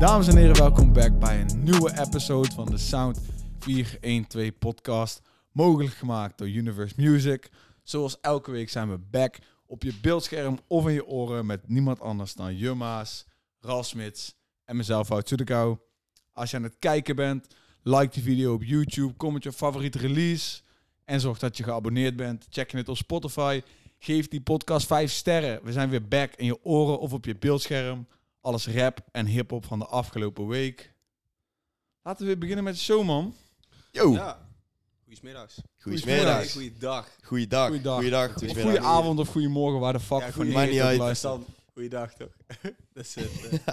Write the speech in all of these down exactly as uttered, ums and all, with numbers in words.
Dames en heren, welkom back bij een nieuwe episode van de Sound vier een twee podcast. Mogelijk gemaakt door Universe Music. Zoals elke week zijn we back op je beeldscherm of in je oren met niemand anders dan Jumma's, Ralf Smits en mezelf, Wout Soetekau. Als je aan het kijken bent, like die video op YouTube, comment je favoriete release en zorg dat je geabonneerd bent. Check je het op Spotify. Geef die podcast vijf sterren. We zijn weer back in je oren of op je beeldscherm. Alles rap en hiphop van de afgelopen week. Laten we weer beginnen met de show, man. Yo. Ja. Goedemiddags. Goedemiddag. Goeiedag. Goeiedag. Goeiedag. Goeiedag. Of goeie avond of goeie morgen, waar de fuck Ja, van goeie- je Maakt niet uit. luistert. Goeiedag toch? Dat is het. uh,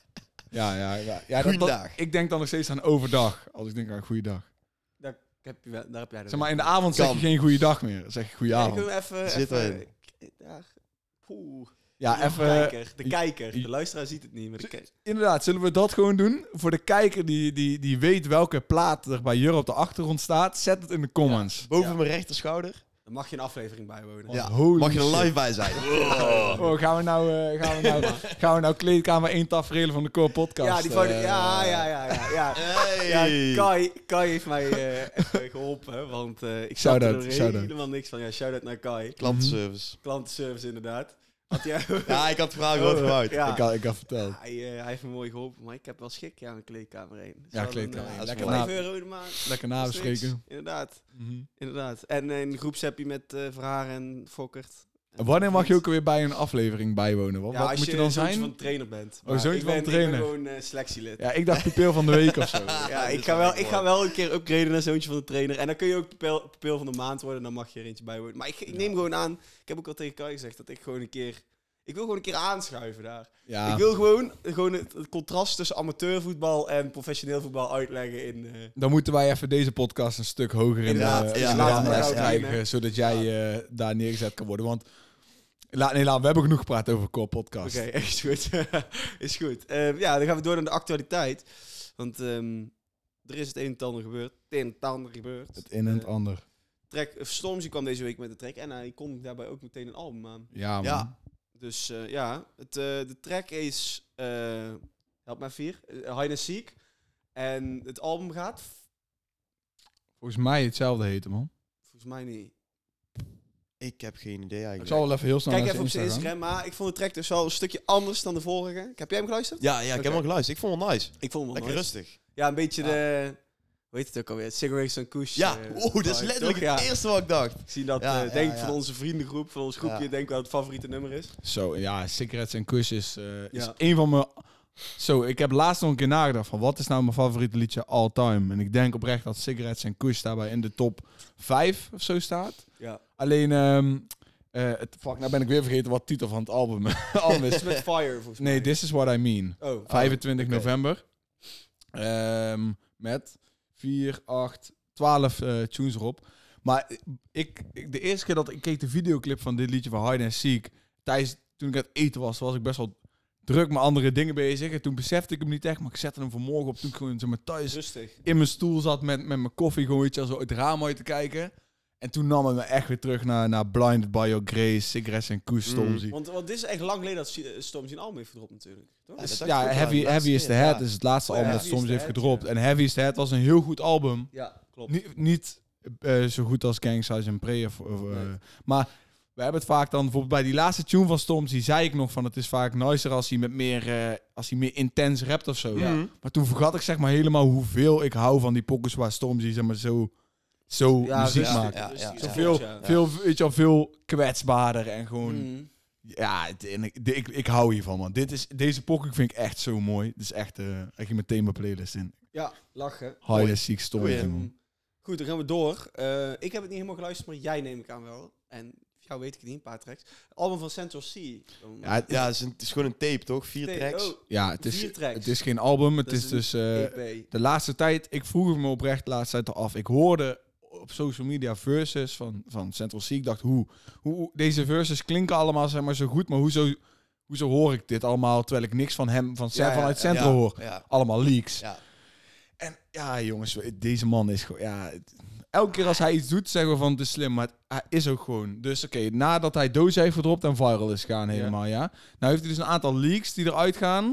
Ja, ja, ja. ja dat, dat, Goeiedag. ik denk dan nog steeds aan overdag, als ik denk aan goeiedag. daar, heb je, wel- daar heb jij de Zeg maar, in de avond zeg Kan. je geen goeiedag meer. Dan zeg je goeie Ja, ik avond. wil even... Zit even erin. ja, poeh. Ja, De even... kijker. De kijker. De luisteraar ziet het niet, maar de kijker. Inderdaad, zullen we dat gewoon doen? Voor de kijker die, die, die weet welke plaat er bij Jur op de achtergrond staat, zet het in de comments. Boven Ja. mijn rechterschouder. Dan mag je een aflevering bijwonen. Ja. holy Mag je er shit. live bij zijn? Oh, gaan we nou, eh, gaan we nou, gaan we nou kleedkamer één taferelen van de Core Podcast? Ja, die foto, eh, ja, ja, ja, ja, ja. Hey. Ja, Kai, Kai heeft mij eh, even geholpen, want eh ik Shout snapte out, er shout out. helemaal niks van. Ja, shout-out naar Kai. Klantenservice. Klantenservice inderdaad. Had hij, Ja, ik had de vraag over uit. Ja. Ik had, ik had verteld. Ja, hij, uh, hij heeft me mooi geholpen, maar ik heb wel schik ja, aan de kleedkamer heen. Dus Ja, wel kleedkamer. een, uh, Ja, Lekker mooi. na, vijf euro de maand. lekker Dat is niks. nabespreken. Inderdaad, Mhm. inderdaad. En uh, in de groepsappje met uh, Verhaar en Fokkert. En wanneer mag je ook weer bij een aflevering bijwonen? Wat, Ja, wat als moet je dan zoontje zijn? van de trainer bent. Oh, Maar zoontje ik van de ben, trainer. Ik ben gewoon uh, selectielid. Ja, Ja, ik dacht pupil van de week of zo. dit ik, is ga wel wel, ik mooi. ga wel een keer upgraden naar zoontje van de trainer. En dan kun je ook pupil, pupil van de maand worden. Dan mag je er eentje bijwonen. Maar ik, ik neem gewoon aan, ik heb ook al tegen Kai gezegd, dat ik gewoon een keer... Ik wil gewoon een keer aanschuiven daar. Ja. Ik wil gewoon, gewoon het, het contrast tussen amateurvoetbal en professioneel voetbal uitleggen in... Uh, Dan moeten wij even deze podcast een stuk hoger in de, Inderdaad, in ja, de laten we ranglijst nou krijgen, beginnen. zodat jij uh, daar neergezet kan worden. Want la, nee, laat, we hebben genoeg gepraat over Core Podcast. Oké, echt goed. Is goed. Uh, ja, dan gaan we door naar de actualiteit. Want um, er is het een en het ander gebeurd. Het een en het ander gebeurd. Het een en het Uh, ander. Track, uh, Stormzy kwam deze week met de track en hij kon daarbij ook meteen een album aan. Ja, man. Ja. Dus uh, ja, het, uh, de track is, uh, help mij vier, uh, Hide and Seek. En het album gaat, Volgens mij hetzelfde heten, man. volgens mij niet. Ik heb geen idee Ik eigenlijk. zal wel even heel snel Kijk naar even op zijn Instagram, maar ik vond de track dus wel een stukje anders dan de vorige. Heb jij hem geluisterd? Ja, ja, ik heb Oké. hem al geluisterd. Ik vond het wel nice. Ik vond hem wel Lekker nice. rustig. Ja, een beetje Ja. de, hoe heet het ook alweer? Cigarettes and Kush. Ja, eh, oeh, dat is vibe, letterlijk toch? het Ja. eerste wat ik dacht. Ik zie dat, Ja, eh, ja, denk ja. van onze vriendengroep, van ons groepje, Ja. denk wel het favoriete nummer is. Zo, ja, Cigarettes en Kush is, uh, is Ja. een van mijn... Zo, ik heb laatst nog een keer nagedacht van wat is nou mijn favoriete liedje all time? En ik denk oprecht dat Cigarettes en Kush daarbij in de top vijf of zo staat. Ja. Alleen, um, uh, het, fuck, nou ben ik weer vergeten wat de titel van het album, album is. Met Fire, volgens mij. Nee, This Is What I Mean. Oh, vijfentwintig oké. november. Ehm, met vier, acht, twaalf uh, tunes erop. Maar ik, ik, de eerste keer dat ik keek de videoclip van dit liedje van Hide and Seek, tijdens, toen ik aan het eten was, was ik best wel druk met andere dingen bezig. En toen besefte ik hem niet echt, maar ik zette hem vanmorgen op toen ik gewoon zeg maar, thuis Rustig. in mijn stoel zat met, met mijn koffie, gewoon iets zo het raam uit te kijken. En toen nam het me echt weer terug naar, naar Blinded by Your Grace, Cigarettes en Kush, Stormzy. Want, want dit is echt lang geleden dat S- Stormzy een album heeft gedropt natuurlijk. Toch? Ja, dat dacht ik Ja, ook wel. Heavy, Dat Heavy is the keer, Head ja. is het laatste Oh ja, album dat Heavy is Stormzy the heeft Head, gedropt. ja. En Heavy is the Head was een heel goed album. Ja, klopt. Niet, niet uh, zo goed als Gang Size and Prey. Of, of, uh, Nee. Maar we hebben het vaak dan, bijvoorbeeld bij die laatste tune van Stormzy, zei ik nog van het is vaak nicer als hij met meer, uh, als hij meer intens rapt of zo. Ja. Ja. Maar toen vergat ik zeg maar helemaal hoeveel ik hou van die pokkers waar Stormzy zeg maar zo, zo Ja, muziek rustig, maakt. ja, rustig, ja, ja. Veel, Ja. veel, weet je wel, veel kwetsbaarder en gewoon... Mm. Ja, het- en ik, ik, ik hou hiervan, man. Dit is, deze pokken vind ik echt zo mooi. Dit is echt, uh, echt meteen mijn playlist in. Ja, lachen. Hide Mooi. and Seek Stormzy, Goeie. man. Goed, dan gaan we door. Uh, ik heb het niet helemaal geluisterd, maar jij neem ik aan wel. En jou weet ik het niet, een paar tracks. Album van Central C. Um, Ja, het, Ja, het is, een- het is gewoon een tape, toch? Vier nee, tracks. oh, ja, het is, vier tracks. het is geen album. Het Dat is, is dus uh, E P. de laatste tijd... Ik vroeg me oprecht de laatste tijd af. Ik hoorde op social media verses van, van Central C. Ik dacht, hoe, hoe... Deze verses klinken allemaal zeg maar, zo goed, maar hoezo, hoezo hoor ik dit allemaal terwijl ik niks van hem, van, Ja, ja, vanuit ja. Central Ja, hoor? ja, Allemaal leaks. ja. En ja, jongens, deze man is gewoon... Ja, het- elke keer als hij iets doet, zeggen we van het is slim, maar het, hij is ook gewoon. Dus oké, nadat hij Doja heeft gedropt en viral is gegaan helemaal, ja. Nou heeft hij dus een aantal leaks die eruit gaan,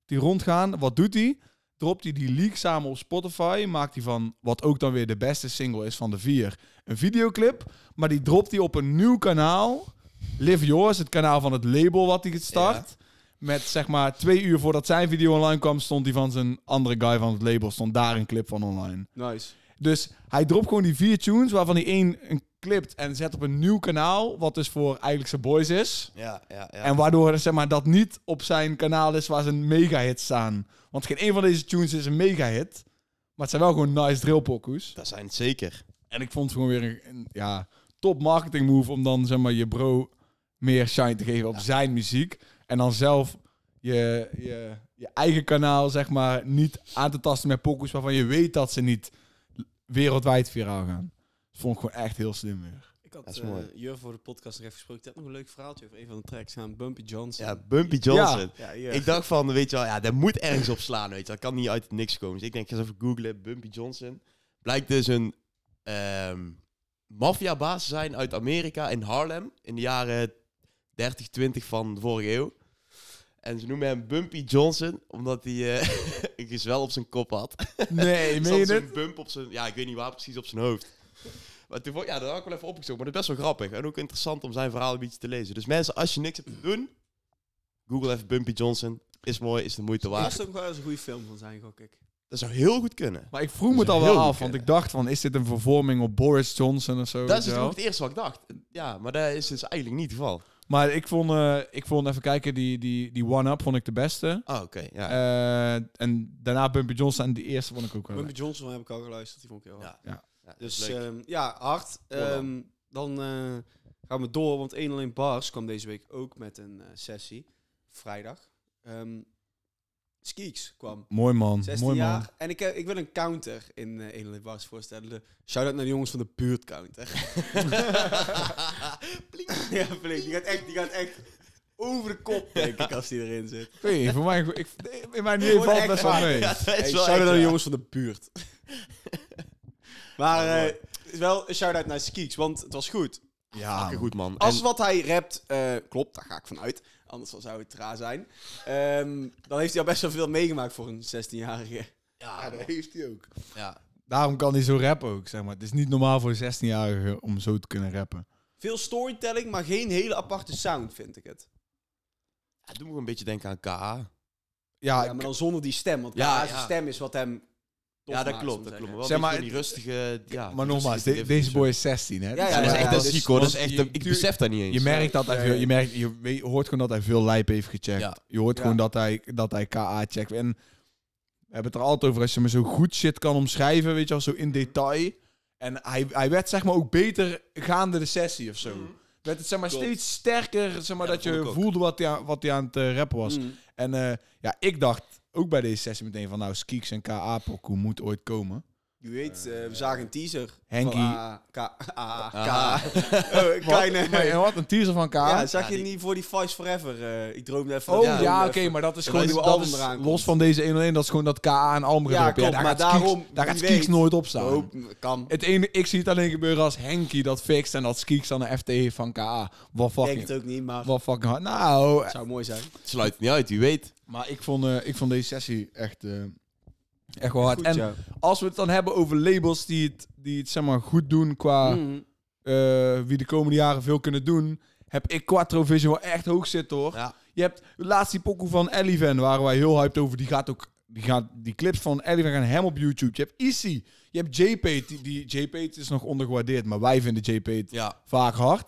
die rondgaan. Wat doet hij? Dropt hij die leak samen op Spotify. Maakt hij van, wat ook dan weer de beste single is van de vier, een videoclip. Maar die dropt hij op een nieuw kanaal. Live Yours, het kanaal van het label wat hij gestart. Ja. Met zeg maar twee uur voordat zijn video online kwam, stond die van zijn andere guy van het label. Stond daar een clip van online. Nice. Dus hij dropt gewoon die vier tunes, waarvan hij één een clipt en zet op een nieuw kanaal, wat dus voor eigenlijk zijn boys is. Ja, ja, ja. En waardoor zeg maar, dat niet op zijn kanaal is waar zijn mega-hits staan. Want geen een van deze tunes is een mega-hit. Maar het zijn wel gewoon nice drillpokoes. Dat zijn het zeker. En ik vond het gewoon weer een, een ja, top marketing move om dan zeg maar, je bro meer shine te geven op ja. zijn muziek. En dan zelf je, je, je eigen kanaal zeg maar, niet aan te tasten met pokoes waarvan je weet dat ze niet wereldwijd viraal gaan. Dat vond ik gewoon echt heel slim weer. Ik had uh, Jur voor de podcast nog even gesproken. Ik had nog een leuk verhaaltje over een van de tracks aan Bumpy Johnson. Ja, Bumpy Johnson. Ja. Ja, ik dacht van, weet je wel, ja, dat moet ergens op slaan, weet je. Dat kan niet uit het niks komen. Dus ik denk, ik ga eens even googlen, Bumpy Johnson. Blijkt dus een um, maffiabaas te zijn uit Amerika in Harlem in de jaren dertig, twintig van de vorige eeuw. En ze noemen hem Bumpy Johnson, omdat hij uh, een gezwel op zijn kop had. Nee, meen je zo'n bump op zijn, ja, ik weet niet waar precies, op zijn hoofd. Maar toen, ja, dat had ik wel even opgezocht, maar dat is best wel grappig. En ook interessant om zijn verhaal een beetje te lezen. Dus mensen, als je niks hebt te doen, Google even Bumpy Johnson. Is mooi, is de moeite waard. Dat is ook wel eens een goede film van zijn, gok ik. Dat zou heel goed kunnen. Maar ik vroeg me het al wel af, want ik dacht van, is dit een vervorming op Boris Johnson of zo? Dat is dus ook het eerste wat ik dacht. Ja, maar dat is dus eigenlijk niet het geval. Maar ik vond, uh, ik vond even kijken, die, die, die One Up vond ik de beste. Oh, oké, okay, ja. Uh, en daarna Bumpy Johnson en die eerste vond ik ook wel. Bumpy Johnson heb ik al geluisterd, die vond ik heel hard. Ja. Ja, dus um, ja, hard. Um, dan uh, gaan we door, want één alleen Bars kwam deze week ook met een uh, sessie. Vrijdag. Um, Skeeks kwam. Mooi man, mooi jaar. man. En ik, uh, ik wil een counter in uh, één alleen Bars voorstellen. De shout-out naar de jongens van de buurt counter. Ja, flink. Die gaat echt, die gaat echt over de kop, denk ik, als die erin zit. Ik weet niet, voor mij, ik, in mijn idee valt het best wel mee. Ja, hey, shout-out naar de jongens van de buurt. Maar uh, is wel een shout-out naar Skeeks, want het was goed. Ja, fucking goed, man. Als en... wat hij rapt uh, klopt, daar ga ik vanuit. Anders zou het raar zijn. Um, dan heeft hij al best wel veel meegemaakt voor een zestienjarige. Ja, ja, dat heeft hij ook. Ja. Daarom kan hij zo rappen ook, zeg maar. Het is niet normaal voor een zestienjarige om zo te kunnen rappen. Veel storytelling, maar geen hele aparte sound, vind ik het. Ja, doe me een beetje denken aan K A. Ja, ja, maar dan zonder die stem. Want ja, K A's ja. stem is wat hem... Ja, dat klopt, dat klopt. Maar wel zeg maar, die rustige... Ja, maar nogmaals, de, deze boy is zestien, hè? Ja, ja, ja, dat is echt ja, een dus, ziek, hoor. Dat is echt, je, ik besef dat niet eens. Je merkt dat hij ja, veel, ja. je, merkt, je, weet, je hoort gewoon dat hij veel lijp heeft gecheckt. Ja. Je hoort Ja. gewoon dat hij, dat hij K A checkt. En we hebben het er altijd over, als je me zo goed shit kan omschrijven, weet je wel, zo in detail. En hij, hij werd zeg maar ook beter gaande de sessie of zo. Mm. Werd het zeg maar Klopt. steeds sterker, zeg maar, Ja, dat dat je vond ik ook. voelde wat hij, aan, wat hij aan het uh, rappen was. Mm. En uh, ja, ik dacht ook bij deze sessie meteen van, nou, Skeeks en K A-pokoe moet ooit komen. Je weet, uh, we zagen een teaser. Henkie. Van A, K, A, K. Aha. Oh, kleine... Maar, en wat, een teaser van K A? Ja, zag Ja, je die- niet voor die Vice Forever? Uh, ik droomde even... Oh ik ja, droomde oké, even. maar dat is En gewoon dat dat het album is, eraan komt. los van deze één dat is gewoon dat K A een album Ja, gaat droppen. klopt, daar maar gaat Skeeks- daarom, daar gaat wie Skeeks weet. nooit op staan. Oh, kan. Het ene, ik zie het alleen gebeuren als Henkie dat fixt en dat Skeeks dan een F T heeft van K A. Wat Ik denk fucking, het ook niet, maar wat fucking hard. Nou, het zou mooi zijn. Sluit het niet uit, wie weet. maar ik vond, uh, ik vond deze sessie echt, uh, echt wel hard. Goed, en ja. als we het dan hebben over labels die het, die het zeg maar, goed doen qua Mm. uh, wie de komende jaren veel kunnen doen, heb ik Quattro Vision wel echt hoog zitten, hoor. Ja. Je hebt laatst die pokoe van Elivan, waren wij heel hyped over. Die gaat ook, die, gaat, die clips van Elivan gaan hem op YouTube. Je hebt Easy, je hebt J-Pate. Die, die J-Pate is nog ondergewaardeerd, maar wij vinden J-Pate Ja. vaak hard.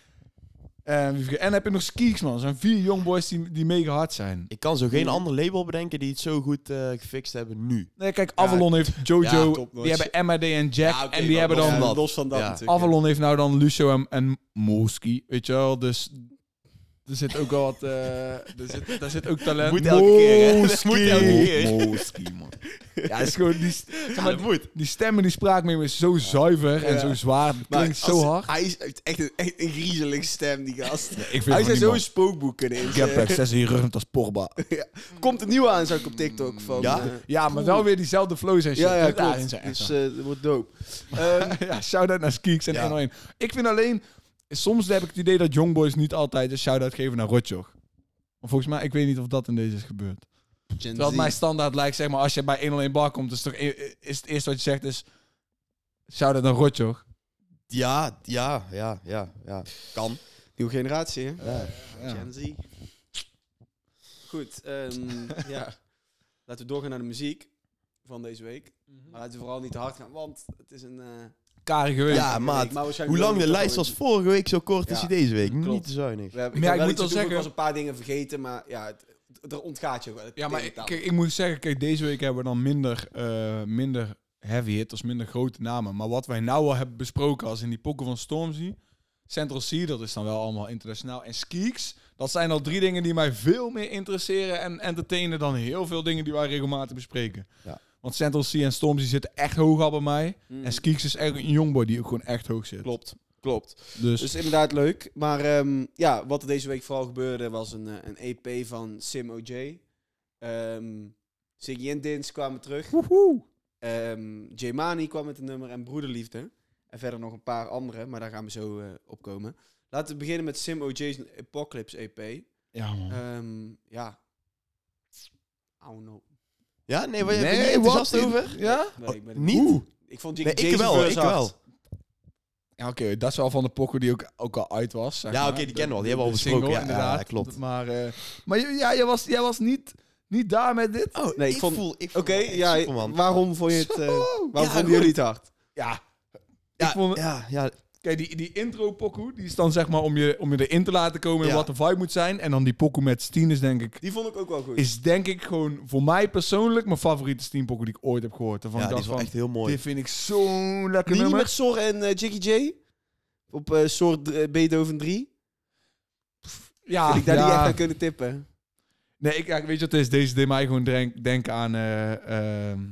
En, en dan heb je nog Skeeks, man. Er zijn vier jongboys die, die mega hard zijn. Ik kan zo geen ander label bedenken die het zo goed uh, gefixt hebben nu. Nee, kijk, Avalon heeft Jojo, Ja, top, die hebben M R D en Jack. Ja, oké, en die maar hebben los dan... van dat. Los van dat Ja. natuurlijk. Avalon heeft nou dan Lucio en, en Moski, weet je wel. Dus er zit ook wel wat... uh, er zit, daar zit ook talent. Moet elke keer, hè? Dat Moski. moet elke keer. Moski, man. Ja, het is gewoon... Die, zeg Ja, maar, dat moet. die stem en die spraakmemo is zo zuiver en Ja. zo zwaar. Het Maar klinkt zo als- hard. Hij is echt een, echt een griezelige stem, die gast. Ik vind Hij van zou die man. zo'n spookboek kunnen Ik heb inzetten. zes hier rug als Porba. Komt een nieuwe aan, zag ik op TikTok. Van, Ja? uh, Ja, maar wel weer diezelfde flows en shit. ja, ja, Dus daarin klopt. zijn echt Dus zo. uh, dat wordt dope. Um, Ja, shout-out naar Skeeks en Ja. honderdéén. Ik vind alleen... Soms heb ik het idee dat Youngboys niet altijd een shout-out geven naar Rotjoch. Maar volgens mij, ik weet niet of dat in deze is gebeurd. Gen Terwijl het Z. mij standaard lijkt, zeg maar, als je bij honderdéén bar komt, is, toch, is het eerste wat je zegt is... Shout-out naar Rotjoch. Ja, ja, ja, ja, ja. Kan. Nieuwe generatie, hè? Ja. Ja. Gen Z. Goed, ehm, ja. Laten we doorgaan naar de muziek van deze week. Maar laten we vooral niet te hard gaan, want het is een... Uh, Karige week. Ja, week, maat. maar waarschijnlijk Hoe lang de wel lijst toch was vorige week, zo kort is Ja, hij deze week. klopt. Niet te zuinig. We hebben, Maar ja, ik, ik ik moet wel zeggen... zeggen- Ik was een paar dingen vergeten, maar ja, het, het, er ontgaat je wel. Het Ja, maar tegentaal. kijk, ik moet zeggen, kijk, deze week hebben we dan minder, uh, minder heavy hitters, minder grote namen. Maar wat wij nou al hebben besproken als in die pokken van Stormzy, Central C, dat is dan wel allemaal internationaal. En Skeeks, dat zijn al drie dingen die mij veel meer interesseren en entertainen dan heel veel dingen die wij regelmatig bespreken. Ja. Want Central C en Stormzy zitten echt hoog al bij mij. Mm. En Skeeks is echt een jongboy die ook gewoon echt hoog zit. Klopt, klopt. Dus, Dus inderdaad leuk. Maar um, ja, wat er deze week vooral gebeurde was een, uh, een E P van Sim O J. Um, Ziggy en Dins kwamen terug. Um, J-Mani kwam met een nummer en Broederliefde. En verder nog een paar andere, maar daar gaan we zo uh, op komen. Laten we beginnen met Sim O J's Apocalypse E P. ja, man. Um, ja. I don't know. Ja, nee, waar je Nee, ben je enthousiast wat? over? Ja? Nee, ik ben het Niet? Oeh. Ik vond Nee, Jiggy ik wel, ik wel. Ja, oké, dat is wel van de pokken die ook, ook al uit was. Zeg Ja, maar. oké, die De- kennen we al. Die de- hebben we al de besproken. single, Ja, ja, inderdaad. klopt. Maar, uh, maar j- ja, jij was, jij was niet, niet daar met dit. Oh, Nee, ik ik vond- voel... Ik Oké, voel okay, echt ja, Superman. waarom vond je het... Uh, waarom Ja, vonden goed. jullie het hard? Ja, Ja, ik vond, ja, ja, kijk, die, die intro pokoe, die is dan zeg maar om je, om je erin te laten komen en Ja. wat de vibe moet zijn. En dan die pokoe met Steen is denk ik, Die vond ik ook wel goed. is denk ik gewoon voor mij persoonlijk mijn favoriete Steen pokoe die ik ooit heb gehoord. Waarvan ja, ik die dacht is wel van, echt heel mooi. dit vind ik zo'n lekker Die nummer. met Sor en uh, Jiggy J? Op uh, Sor uh, Beethoven drie? Ja, Vind ik daar ja. niet echt aan kunnen tippen. Nee, ik, ja, weet je wat het is? Deze deed mij gewoon denk, denken aan uh, uh,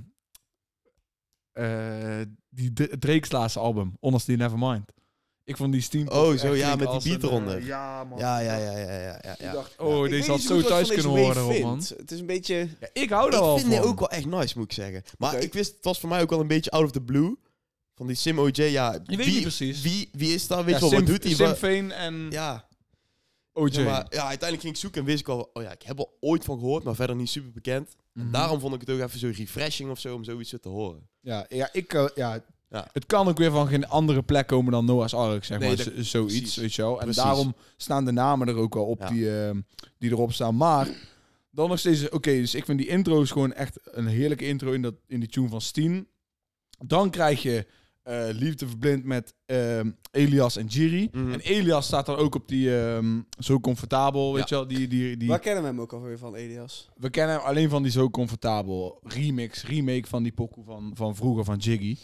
uh, die D- Drake's laatste album, Honestly Nevermind. Ik vond die Steam. Oh, zo, ja, met die beat eronder. Uh, ja, man. Ja, ja, ja, ja, ja, ja, Ik ja. dacht, oh, Ik deze weet had niet zo goed wat thuis ik van kunnen deze horen, wave erop, man. vind. Het is een beetje... Ja, ik hou er Ik wel vind van. die ook wel echt nice, moet ik zeggen. Maar Oké. ik wist, het was voor mij ook wel een beetje out of the blue. Van die Sim O J, ja. Je weet wie, niet precies. Wie, wie is dat? Weet Ja, je wel, wat Sim, doet hij? Sim Wa- Veen en Ja, O J. ja, maar, ja, uiteindelijk ging ik zoeken en wist ik al... Oh ja, ik heb er ooit van gehoord, maar verder niet super bekend. Mhm. Daarom vond ik het ook even zo refreshing of zo, om zoiets te horen. Ja, ja, ik, uh, ja, Ja. het kan ook weer van geen andere plek komen dan Noah's Ark, zeg Nee, maar. dat- Z- zoiets, precies. weet je wel. En Precies. daarom staan de namen er ook wel op Ja. die, uh, die erop staan. Maar dan nog steeds, oké, okay, dus ik vind die intro's gewoon echt een heerlijke intro in, dat, in die tune van Steen. Dan krijg je uh, Liefde Verblind met um, Elias en Jiri. Mhm. En Elias staat dan ook op die um, Zo Comfortabel, weet Ja. je wel. Die, die, die, Waar kennen we hem ook alweer van, Elias? we kennen hem alleen van die Zo Comfortabel remix, remake van die pokoe van, van vroeger van Jiggy.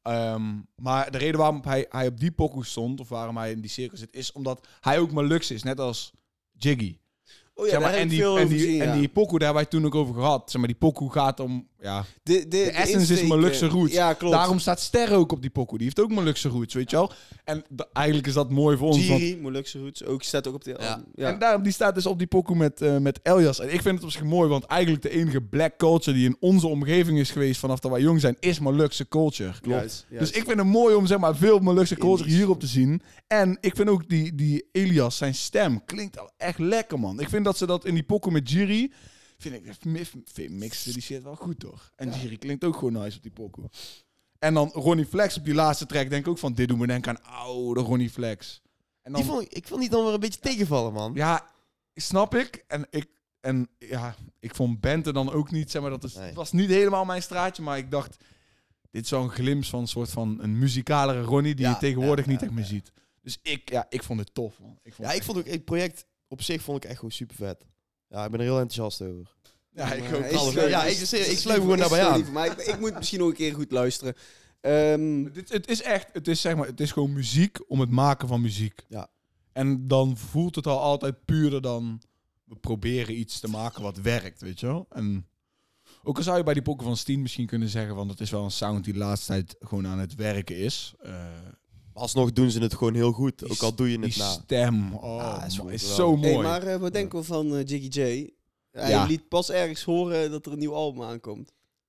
Um, maar de reden waarom hij, hij op die pokoe stond, of waarom hij in die cirkel zit, is omdat hij ook Malux is, net als Jiggy. Oh ja, Zeg maar, daar heb en ik die, veel en over die, gezien, en ja. die pokoe, daar hebben wij het toen ook over gehad. Zeg maar, die pokoe gaat om, ja, De, de, de, essence is insteek, Molukse eh, roots. Ja, klopt. daarom staat Ster ook op die pokoe. Die heeft ook Molukse roots, weet je wel. En d- eigenlijk is dat mooi voor ons, want Jiri, Molukse Roots, ook, staat ook op de Ja. album. Ja. en daarom die staat dus op die pokoe met, uh, met Elias. En ik vind het op zich mooi, want eigenlijk de enige black culture die in onze omgeving is geweest vanaf dat wij jong zijn, is Molukse culture. Juist, juist. Dus ik vind het mooi om zeg maar veel Molukse culture Indisch. hierop te zien. En ik vind ook die, die Elias, zijn stem klinkt al echt lekker, man. Ik vind dat ze dat in die pokoe met Jiri, vind ik, vind, mixen die shit wel goed, toch? En Ja. Jiri klinkt ook gewoon nice op die pokoe. En dan Ronnie Flex op die laatste track, denk ik ook van, dit doet me denken aan oude Ronnie Flex. En dan, Die vond, ik- ik vond die dan weer een beetje tegenvallen, man. ja, snap ik. En ik, en ja, ik vond Bente dan ook niet, zeg maar, dat is, Nee. het was niet helemaal mijn straatje, maar ik dacht, dit is wel een glimp van een soort van een muzikalere Ronnie die Ja, je tegenwoordig ja, niet ja, echt meer ja. ziet. Dus ik, ja, ik vond het tof, man. Ik vond Ja, ik vond ook het project op zich vond ik echt gewoon super vet. Ja, ik ben er heel enthousiast over. ja, ik Maar ook. hij alles. sluit- Ja, hij ik- is- ik is sluit lief- gewoon is daarbij zo aan. lief, Maar ik, ik moet misschien nog een keer goed luisteren. Ehm, Het, het is echt, het is zeg maar, het is gewoon muziek om het maken van muziek. Ja. En dan voelt het al altijd puurder dan we proberen iets te maken wat werkt, weet je wel. En ook al zou je bij die pokken van Steen misschien kunnen zeggen, want het is wel een sound die de laatste tijd gewoon aan het werken is. Uh, Alsnog doen ze het gewoon heel goed, Die ook al doe je die het na. stem, oh, Ah, is man, wel is geweldig. zo mooi. hey, maar eh, wat denken we van eh, Jiggy J? Hij Ja. liet pas ergens horen dat er een nieuw album aankomt.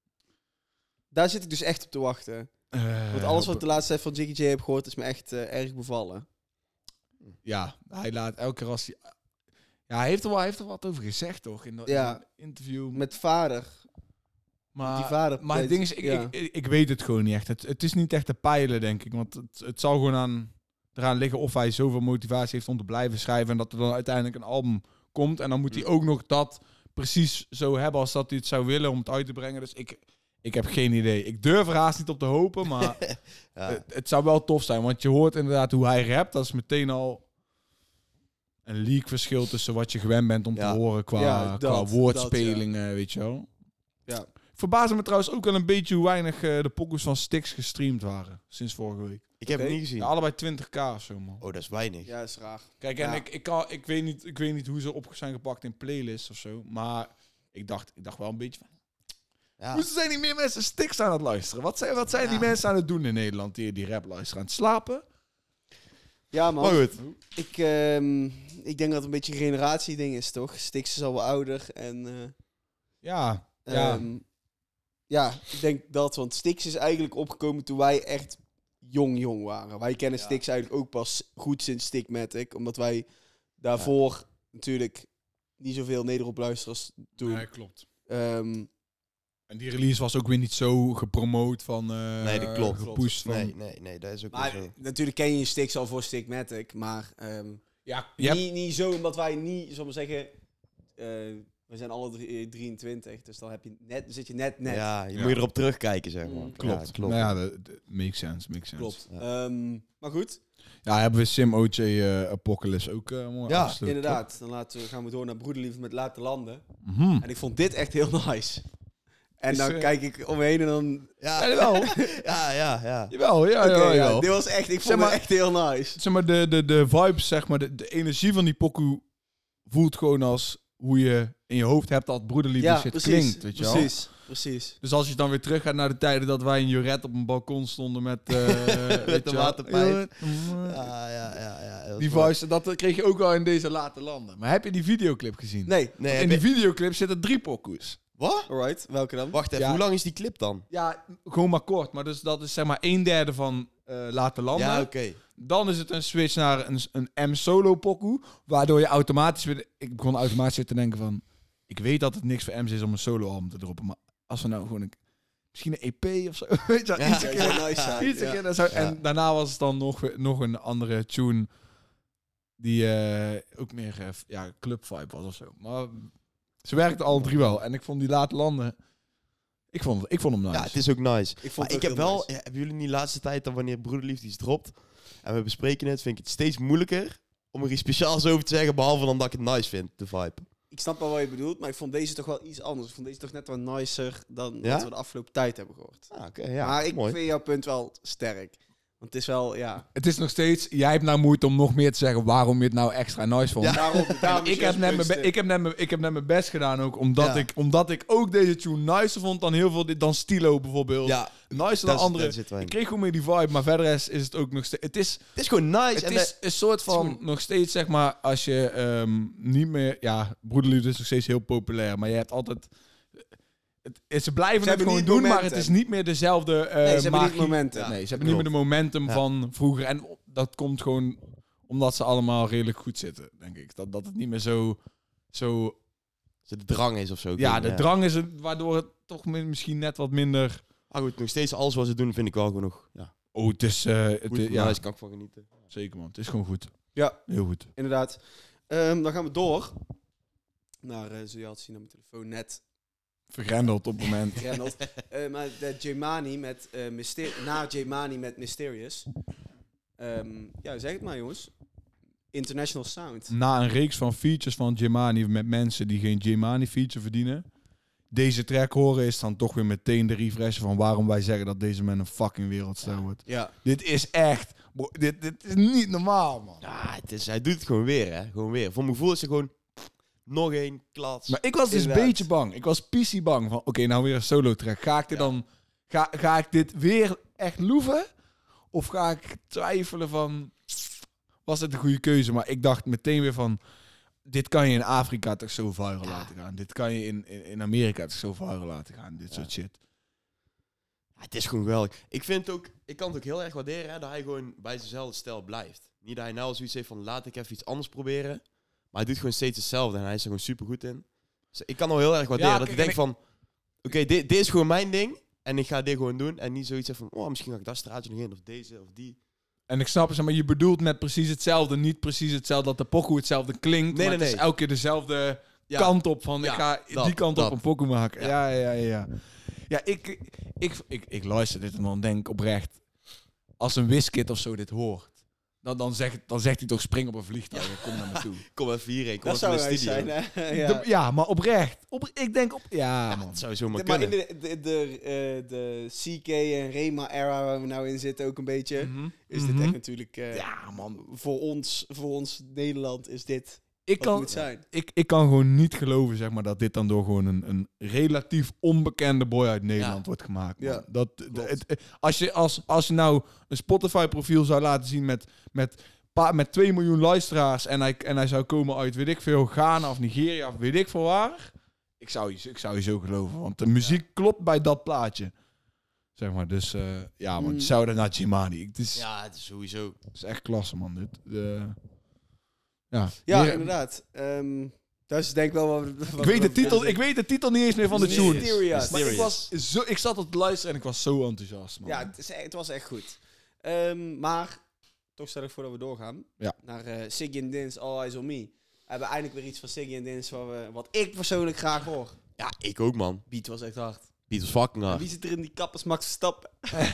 Daar zit ik dus echt op te wachten. Uh, Want alles wat ik de laatste tijd van Jiggy J heb gehoord is me echt eh, erg bevallen. Ja, hij laat elke keer als hij... Ja, hij heeft er wel, hij heeft er wat over gezegd, toch? In dat Ja. in dat interview. Met vader. maar, die vader. maar het ding is, ik, ja. ik, ik, ik weet het gewoon niet echt. Het, het is niet echt te peilen, denk ik. Want het, het zal gewoon aan, eraan liggen of hij zoveel motivatie heeft om te blijven schrijven. En dat er dan uiteindelijk een album komt. En dan moet hij ook nog dat precies zo hebben als dat hij het zou willen om het uit te brengen. Dus ik, ik heb geen idee. Ik durf er haast niet op te hopen, maar Ja. het, het zou wel tof zijn. Want je hoort inderdaad hoe hij rapt. Dat is meteen al een league verschil tussen wat je gewend bent om Ja. te horen qua, Ja, qua dat, woordspelingen, weet je wel. Ja. Ik verbaasde me trouwens ook wel een beetje hoe weinig eh, de pokkels van Styx gestreamd waren sinds vorige week. Ik heb Oké. het niet gezien. Ja, allebei twintig k of zo, man. Oh, dat is weinig. Ja, is raar. Kijk, en Ja. ik, ik, kan, ik, weet niet, ik weet niet hoe ze op zijn gepakt in playlists of zo, maar ik dacht, ik dacht wel een beetje van... Ja. Hoezo zijn niet meer mensen Styx aan het luisteren? Wat zijn, wat zijn die Ja. mensen aan het doen in Nederland die, die rap luisteren? Aan het slapen? Ja, man. Maar goed. Ik, ehm, ik denk dat het een beetje een generatieding is, toch? Stix is al wel ouder en... eh, Ja, ja. Ehm, ja, ik denk dat, want Styx is eigenlijk opgekomen toen wij echt jong jong waren. Wij kennen Ja. Styx eigenlijk ook pas goed sinds Stickmatic, omdat wij daarvoor natuurlijk niet zoveel Nederop luisteren als toen. Nee, klopt. Ehm, En die release was ook weer niet zo gepromoot van... eh Nee, dat klopt. Gepusht van... Nee, nee, nee, dat is ook maar niet zo. natuurlijk ken je Styx al voor Stickmatic, maar ehm, Ja, je hebt- niet, niet zo omdat wij niet, zal ik maar zeggen, eh, we zijn alle drie- drieëntwintig, dus dan heb je net, zit je net net. Ja, je Ja. moet je erop terugkijken, zeg maar. Mm, klopt. Ja, klopt. Nou ja, dat, dat makes sense, makes sense. Klopt. Ja. Ehm, maar goed, Ja, hebben we Sim O J eh, Apocalypse ook eh mooi Ja, afgesloten, inderdaad. Dan laten we, gaan we door naar Broederliefde met Laten Landen. toch? Mhm. En ik vond dit echt heel nice. En Is, dan eh, kijk ik om me heen en dan... Ja, Ja, jawel. ja, ja, ja. Jawel, ja, Oké, ja, ja, jawel. dit was echt... Ik Zeg vond maar- het echt heel nice. Zeg maar, de, de, de vibes, zeg maar, de, de energie van die pokoe voelt gewoon als hoe je in je hoofd hebt dat broederliefde Ja, shit precies. klinkt, weet je wel. Precies, precies. Dus als je dan weer terug gaat naar de tijden dat wij in Joret op een balkon stonden met... eh, weet de je wel. waterpijp. Ja, Ja, ja, ja, ja. dat Die is mooi. vibes, dat kreeg je ook wel in deze late landen. Maar heb je die videoclip gezien? Nee, Nee, in en die de- videoclip zitten drie pokoes. Wat? alright. Welke dan? Wacht even, Ja. hoe lang is die clip dan? Ja, gewoon maar kort. Maar dus dat is zeg maar een derde van eh Late Landen. Ja, oké. Dan is het een switch naar een, een M-solo pokoe. Waardoor je automatisch weer... Ik begon automatisch weer te denken van... Ik weet dat het niks voor M's is om een solo-album te droppen. Maar als we nou gewoon een... Misschien een E P of zo. Weet je wel, Ja. iets een Ja, keer. zou nice zijn. Iets een Ja. keer, dat zou- Ja. En daarna was het dan nog, weer- nog een andere tune... Die eh, ook meer eh, ja, club vibe was of zo. Maar ze werkten alle drie wel. En ik vond die Late Landen... Ik vond, het- ik vond hem nice. Ja, het is ook nice. Ik vond Maar het ik ook heb heel wel, nice. ja, hebben jullie niet de laatste tijd dan wanneer Broederliefde iets dropt en we bespreken het, vind ik het steeds moeilijker om er iets speciaals over te zeggen, behalve dan dat ik het nice vind, de vibe. Ik snap wel wat je bedoelt, maar ik vond deze toch wel iets anders. Ik vond deze toch net wat nicer dan Ja? wat we de afgelopen tijd hebben gehoord. Ah, oké, ja, maar ik mooi. vind jouw punt wel sterk. Want het is wel, ja... Het is nog steeds... Jij hebt nou moeite om nog meer te zeggen waarom je het nou extra nice vond. Ja. Daarom, daarom is Ik heb, juist net mijn punt be- stuk. ik, heb net mijn, ik heb net mijn best gedaan ook, omdat, Ja. ik, omdat ik ook deze tune nicer vond dan heel veel, dit- dan Stilo bijvoorbeeld. Ja, Nicer dan daar, andere. daar zitten wij Ik in. kreeg gewoon meer die vibe, maar verder is, is het ook nog steeds... Het is, Het is gewoon nice. het en is een soort van, gewoon- nog steeds zeg maar, als je ehm, niet meer... Ja, Broederliefde is nog steeds heel populair, maar je hebt altijd... Het, ze blijven Ze het hebben gewoon niet doen, maar momentum. het is niet meer dezelfde eh Nee, ze hebben niet magie. momentum. Ja. Nee, ze hebben niet meer de momentum Ja. van vroeger. En dat komt gewoon omdat ze allemaal redelijk goed zitten, denk ik. Dat, dat het niet meer zo... zo de drang is of zo. ja, ik de denk, drang is het, waardoor het toch mi- misschien net wat minder... Maar goed, nog steeds alles wat ze doen vind ik wel genoeg. Ja, Oh, het is... eh, het, goed, is- ja, nice, kan ik van genieten. zeker man. Het is gewoon goed. Ja, Heel goed. inderdaad. Ehm, dan gaan we door naar, uh, zo je had zien op mijn telefoon net, Vergrendeld op het moment. Reynold. Eh, maar de Jemani met eh Myster- na Jemani met Mysterious. Ehm, ja, zeg het maar jongens. International Sound. Na een reeks van features van Jemani met mensen die geen Jemani feature verdienen. Deze track horen is dan toch weer meteen de refresh van waarom wij zeggen dat deze man een fucking wereldster wordt. Ja. Dit is echt... bro, dit, dit is niet normaal, man. Ja, het is, hij doet het gewoon weer, hè. Gewoon weer. Voor mijn gevoel is er gewoon nog één klats. Maar ik was dus een Inderdaad. beetje bang. Ik was pissie bang van, oké, nou weer een solo track. Ga ik dit Ja. dan... Ga, ga ik dit weer echt loeven? Of ga ik twijfelen van... Was het een goede keuze? Maar ik dacht meteen weer van... Dit kan je in Afrika toch zo viral Ja. laten gaan. Dit kan je in, in, in Amerika toch zo viral laten gaan. Dit Ja. soort shit. Ja, het is gewoon geweldig. Ik vind het ook, ik kan het ook heel erg waarderen hè, dat hij gewoon bij zijnzelfde stijl blijft. Niet dat hij nou zoiets heeft van laat ik even iets anders proberen. Maar hij doet gewoon steeds hetzelfde en hij is er gewoon super goed in. Dus ik kan al heel erg waarderen Ja, dat ik kijk, denk van... Oké, okay, dit, dit is gewoon mijn ding en ik ga dit gewoon doen. En niet zoiets van, oh, misschien ga ik dat straatje nog in of deze of die. En ik snap, zeg maar, je bedoelt met precies hetzelfde, niet precies hetzelfde, dat de pokoe hetzelfde klinkt, Nee, maar nee, het is nee. elke keer dezelfde Ja. kant op van, Ja, ik ga dat, die kant dat. op een pokoe maken. Ja, Ja. ja, ja. Ja, ja ik, ik, ik, ik, ik luister dit en dan denk ik oprecht, als een Wizkid of zo dit hoort, dan, dan, zegt, dan zegt hij toch spring op een vliegtuig en kom naar me toe. Kom even hierheen, kom Dat even zou in de hij studio. zijn, hè? Ja, ja. de, ja maar oprecht. Op, ik denk op... Ja, Ja, man. dat zou zomaar maar in kunnen. de, de, de, eh, de C K en Rema-era waar we nou in zitten ook een beetje, Mhm. is dit Mhm. echt natuurlijk... eh, Ja, man. voor ons, voor ons Nederland is dit Ik wat kan, moet zijn. ik, ik kan gewoon niet geloven, zeg maar, dat dit dan door gewoon een, een relatief onbekende boy uit Nederland Ja. wordt gemaakt. Man. Ja, Dat, de, het, als, je, als, als je nou een Spotify-profiel zou laten zien met, met, pa, met twee miljoen luisteraars en hij, en hij zou komen uit, weet ik veel, Ghana of Nigeria of weet ik veel waar, ik zou je, ik zou je zo geloven. Want de muziek klopt bij dat plaatje. Zeg maar, dus uh, ja, man, Mm. shout-out naar Jimani. Het is, Ja, het is sowieso. het is echt klasse, man. Dit. De, ja, Ja, Meer- inderdaad. Um, dat is denk ik wel wat... wat Ik weet, de titel, ik weet de titel niet eens meer van de tune. Mysterious. Maar ik, Mysterious. was zo, ik zat op te luisteren en ik was zo enthousiast, man. Ja, het, is, e- het was echt goed. Um, maar, toch stel ik voordat we doorgaan, Ja. naar uh, Siggy and Dins, All Eyes on Me. We hebben eindelijk weer iets van Siggy and Dins wat, we, wat ik persoonlijk graag hoor. Ja, ik ook, man. Beat was echt hard. Beat was fucking En hard. wie zit er in die kappers Max Verstappen?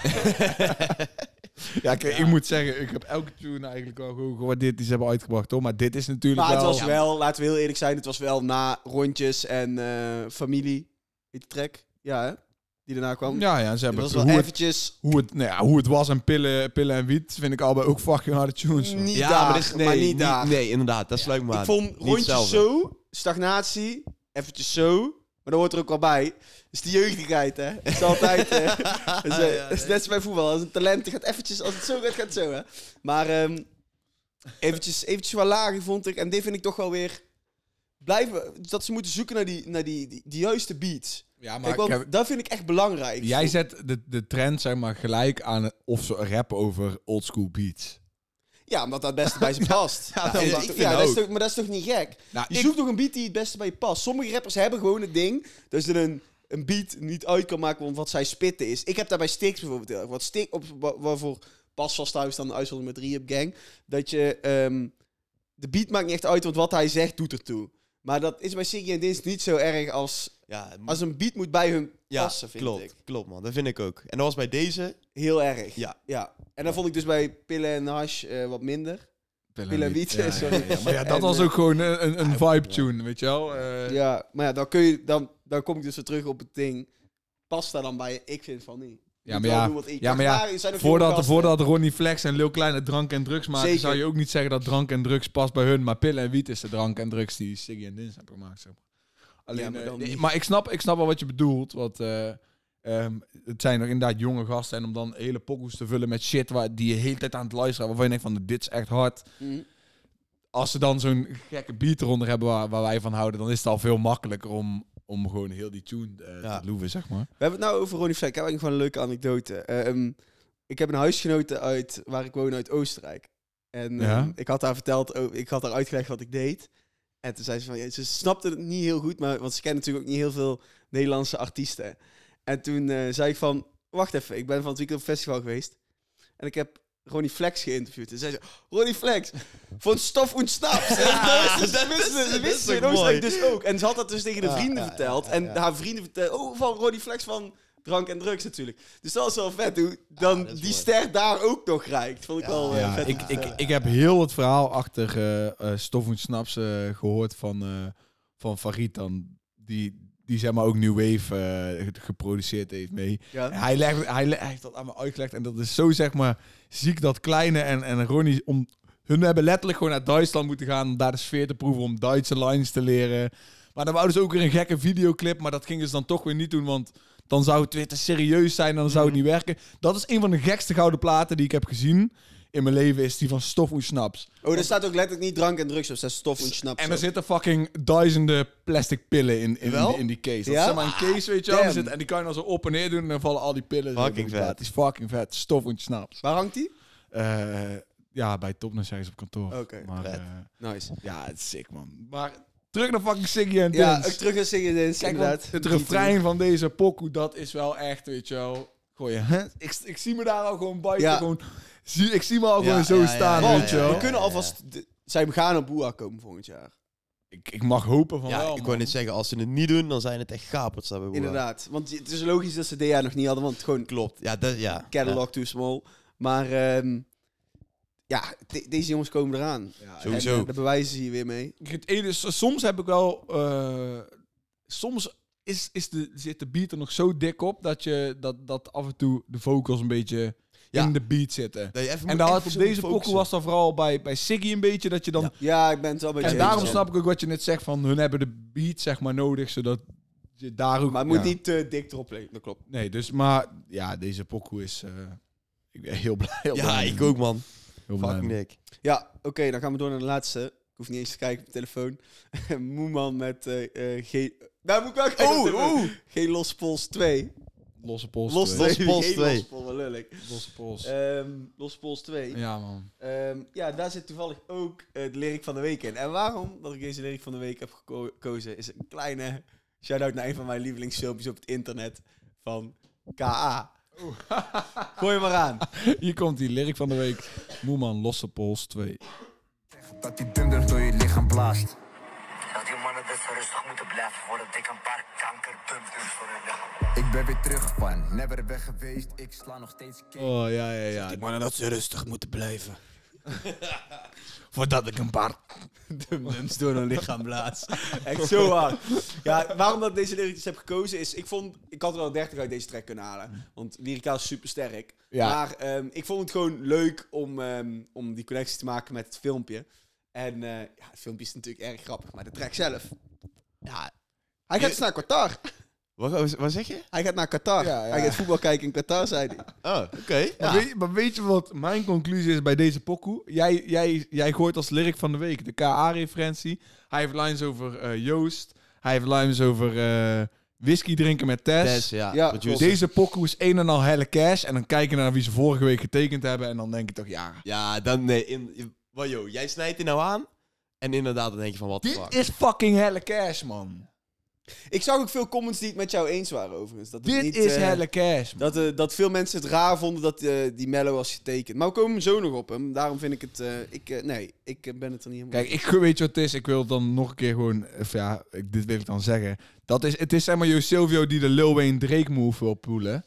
Ja, kijk, Ja. ik moet zeggen, ik heb elke tune eigenlijk wel goed gewaardeerd die ze hebben uitgebracht, hoor. Maar dit is natuurlijk Maar het wel... was wel, laten we heel eerlijk zijn, het was wel na rondjes en uh, familie. Weet je track? Ja, hè? Die daarna kwam. Ja, ja, ze Het hebben was hoe, wel het, eventjes hoe, het, nou ja, hoe het was en pillen, pillen en wiet vind ik allebei ook fucking harde tunes. man. niet Ja, daar, maar, dit is, nee, maar niet niet- daar. Nee, inderdaad, dat sluit me aan. Ik vond Niet rondjes hetzelfde. zo, stagnatie, eventjes zo, maar dat hoort er ook wel bij. Dus die jeugdigheid, hè. Dat is altijd, hè. Dat is, eh, Ja, dat is net zoals bij voetbal. Als een talent gaat eventjes, als het zo gaat, gaat het zo, hè. Maar um, eventjes, eventjes wat lager vond ik. En dit vind ik toch wel weer blijven, dat ze moeten zoeken naar die, naar die, die, die juiste beats. Ja, Kijk, want dat vind ik echt belangrijk. jij zet de, de trend, zeg maar, gelijk aan het- of ze rappen over oldschool beats. Ja, omdat dat het beste bij ze past. ja, Ja, dat- ja, ik ja, vind dat is ook. toch, maar dat is toch niet gek? Nou, Je ik- zoekt toch een beat die het beste bij je past. Sommige rappers hebben gewoon het ding dat ze een, een beat niet uit kan maken want wat zij spitten is. Ik heb daar bij Stix bijvoorbeeld heel erg. Wat Stix, op, wa- waarvoor pas vast thuis dan de uitzondering met Rehab Gang. Dat je, um, de beat maakt niet echt uit, want wat hij zegt doet ertoe. Maar dat is bij Siggy en Dins niet zo erg als, Ja, als een beat moet bij hun ja, passen, vind klopt, ik. klopt, man. Dat vind ik ook. En dat was bij deze. Heel erg. Ja. ja. En dan vond ik dus bij Pillen en Hash uh, wat minder. Pillen en wiet, Ja, ja, sorry. ja, ja. Maar ja, dat En, was eh, ook gewoon een, een, een ja, vibe ja. tune, weet je wel. Eh, Ja, maar ja, dan kun je, dan, dan kom ik dus weer terug op het ding. Past daar dan bij? Ik vind van niet. Ja, Moet maar wel ja, doen wat ik- ja, maar Kijk, ja, daar zijn ook jonge Voordat, gasten. voordat Ronnie Flex en Lil Kleine drank en drugs maken, Zeker. zou je ook niet zeggen dat drank en drugs past bij hun. Maar pillen en wiet is de drank en drugs die Siggy en Dins hebben gemaakt, zeg maar. Alleen, Ja, maar eh, dan nee, niet. maar ik snap, ik snap wel wat je bedoelt. Want eh, ehm, het zijn er inderdaad jonge gasten. En om dan hele pokoes te vullen met shit waar, die je de hele tijd aan het luisteren, waarvan je denkt van, dit is echt hard. Mhm. Als ze dan zo'n gekke beat eronder hebben waar, waar wij van houden, dan is het al veel makkelijker om, om gewoon heel die tune eh, Ja. te loeven, zeg maar. We hebben het nou over Ronnie Fleck. Ik heb eigenlijk gewoon een leuke anekdote. Eh, um, ik heb een huisgenote uit waar ik woon uit Oostenrijk. En Ja? um, ik had haar verteld, oh, ik had haar uitgelegd wat ik deed. En toen zei ze van, ja, ze snapte het niet heel goed, maar want ze kent natuurlijk ook niet heel veel Nederlandse artiesten. En toen uh, zei ik van, wacht even, ik ben van het weekend op festival geweest. En ik heb Ronnie Flex geïnterviewd. En zei ze, Ronnie Flex, van Stof und Snaps. Ja, dat dat wisten is- ze dat wisten is ze in toch Oostenrijk mooi. dus ook. En ze had dat dus tegen de Ja, vrienden ja, verteld. ja, en ja. haar vrienden vertelden, oh, van Ronnie Flex van drank en drugs natuurlijk. Dus dat was wel vet, hoe dan dat is die mooi. ster daar ook nog rijkt. Vond ik Ja, wel uh, Ja, vet. ik, om te ik, vertellen. ik heb heel het verhaal achter eh eh Stof und Snaps eh, gehoord van, eh van Farid dan. Die, die zeg maar ook New Wave eh, geproduceerd heeft mee. ja. Hij, legt, hij, le- hij heeft dat aan me uitgelegd. En dat is zo zeg maar ziek dat Kleine en, en Ronnie... Om, hun hebben letterlijk gewoon naar Duitsland moeten gaan om daar de sfeer te proeven. Om Duitse lines te leren. Maar dan wouden ze ook weer een gekke videoclip. Maar dat gingen ze dan toch weer niet doen. Want dan zou het weer te serieus zijn. En dan zou het niet werken. Dat is een van de gekste gouden platen die ik heb gezien in mijn leven. Is die van Stof und Snaps. Oh, er staat ook letterlijk niet drank en drugs op. Er staat stof en snaps En op. er zitten fucking duizenden plastic pillen in, in, in, Wel? die, in die case. Dat Ja? is zeg maar een case, weet je wel. Damn. Er zit- En die kan je dan zo op en neer doen. En dan vallen al die pillen. zo Fucking op de plaat. vet. Die is fucking vet. Stof und Snaps. Waar hangt die? Eh, Ja, bij Topness ergens op kantoor. Oké, maar vet. eh, Nice. ja, het is sick, man. Maar terug naar fucking Siggy en Ja, Dins. ook terug naar zingen Dins, Kijk, inderdaad. want het refrein van deze pokoe, dat is wel echt, weet je wel... Gooi je, hè? Ik, ik zie me daar al gewoon buiten, Ja. gewoon... Zie, ik zie me al Ja, gewoon zo ja, ja, staan, ja, weet je ja, wel. We kunnen alvast... de- Zij gaan op Boa komen volgend jaar. Ik, ik mag hopen van Ja, wel, ik man. wou net zeggen, als ze het niet doen, dan zijn het echt gapers. Dat we gewoon- Inderdaad. Want het is logisch dat ze dit jaar nog niet hadden, want het gewoon Klopt. Ja, dat, ja. catalog too small. Maar ehm, ja, de- deze jongens komen eraan. Ja, Sowieso. En, eh, daar bewijzen ze hier weer mee. Het ene is, soms heb ik wel... eh, soms is, is de, zit de beat er nog zo dik op dat, je, dat, dat af en toe de vocals een beetje Ja. in de beat zitten. Dat je even En moet daar echt had op zo deze focussen. pokoe was dan vooral bij, bij Siggy een beetje dat je dan... Ja. Ja, ik ben het wel met je En eens, daarom man. snap ik ook wat je net zegt van hun hebben de beat zeg maar nodig zodat je daar ook... Maar het moet ja. niet te dik erop liggen, dat klopt. Nee, dus maar ja, deze pokoe is... eh, ik ben heel blij. Heel Ja, blij ik mee. ook, man. Heel blij Fucking mee. dik. Ja, oké, dan gaan we door naar de laatste. Ik hoef niet eens te kijken op de telefoon. Moeman met eh eh geen... Nou, moet ik wel kijken op de Oh, telefoon. oh. Geen Losse Pols twee. Losse pols. Losse twee. Losse Pols Geen twee. Losse Pols, wat lullig. Losse pols. Ehm Losse Pols twee. ja, man. Ehm, ja, daar zit toevallig ook eh, de lyric van de week in. En waarom dat ik deze lyric van de week heb geko- gekozen, is een kleine shout-out naar een van mijn lievelingsfilmpjes op het internet van K A. Gooi hem maar aan. Hier komt die lyric van de week. Moeman, Losse pols twee. Dat die dunder door je lichaam blaast. Dat die mannen dus rustig moeten blijven voordat ik een paar kankerpumpers voor hun lichaam. Ik ben weer terug van never weg geweest. Ik sla nog steeds cake. Oh, ja, ja, ja. mannen dat ze rustig moeten blijven. Voordat ik een paar... Dum-dums door hun lichaam blaast. Echt zo hard. Ja, waarom dat ik deze lyrics heb gekozen is... Ik vond... Ik had er wel dertig uit deze track kunnen halen. Want lyricaal is super sterk. Ja. Maar ehm, ik vond het gewoon leuk om, ehm, om die connectie te maken met het filmpje. En eh, ja, het filmpje is natuurlijk erg grappig. Maar de track zelf... Ja, hij gaat dus naar Qatar. Wat, wat zeg je? Hij gaat naar Qatar. Ja, ja. Hij gaat voetbal kijken in Qatar, zei hij. Oh, oké. Maar, weet, maar weet je wat mijn conclusie is bij deze pokoe? Jij, jij, jij gooit als lyric van de week de K A-referentie. Hij heeft lines over eh, Joost. Hij heeft lines over eh, whisky drinken met Tess. Tess, ja. Ja, producer. Deze pokoe is een en al helle cash. En dan kijk je naar wie ze vorige week getekend hebben. En dan denk je toch, ja... Ja, dan nee. In, in, wat, joh, jij snijdt er nou aan. En inderdaad, dan denk je van, wat de Dit fuck. is fucking helle cash, man. Ik zag ook veel comments die het met jou eens waren, overigens. Dat het Dit niet, is eh, helle cash, man. Dat, eh, dat veel mensen het raar vonden dat eh, die Mello was getekend. Maar we komen zo nog op hem. Daarom vind ik het... eh, ik, eh, nee, ik eh, ben het er niet helemaal... Kijk, ik weet je wat het is. Ik wil het dan nog een keer gewoon... Of ja, ik- dit wil ik dan zeggen. Dat is, het is zeg maar Jo Silvio die de Lil Wayne Drake move wil poelen.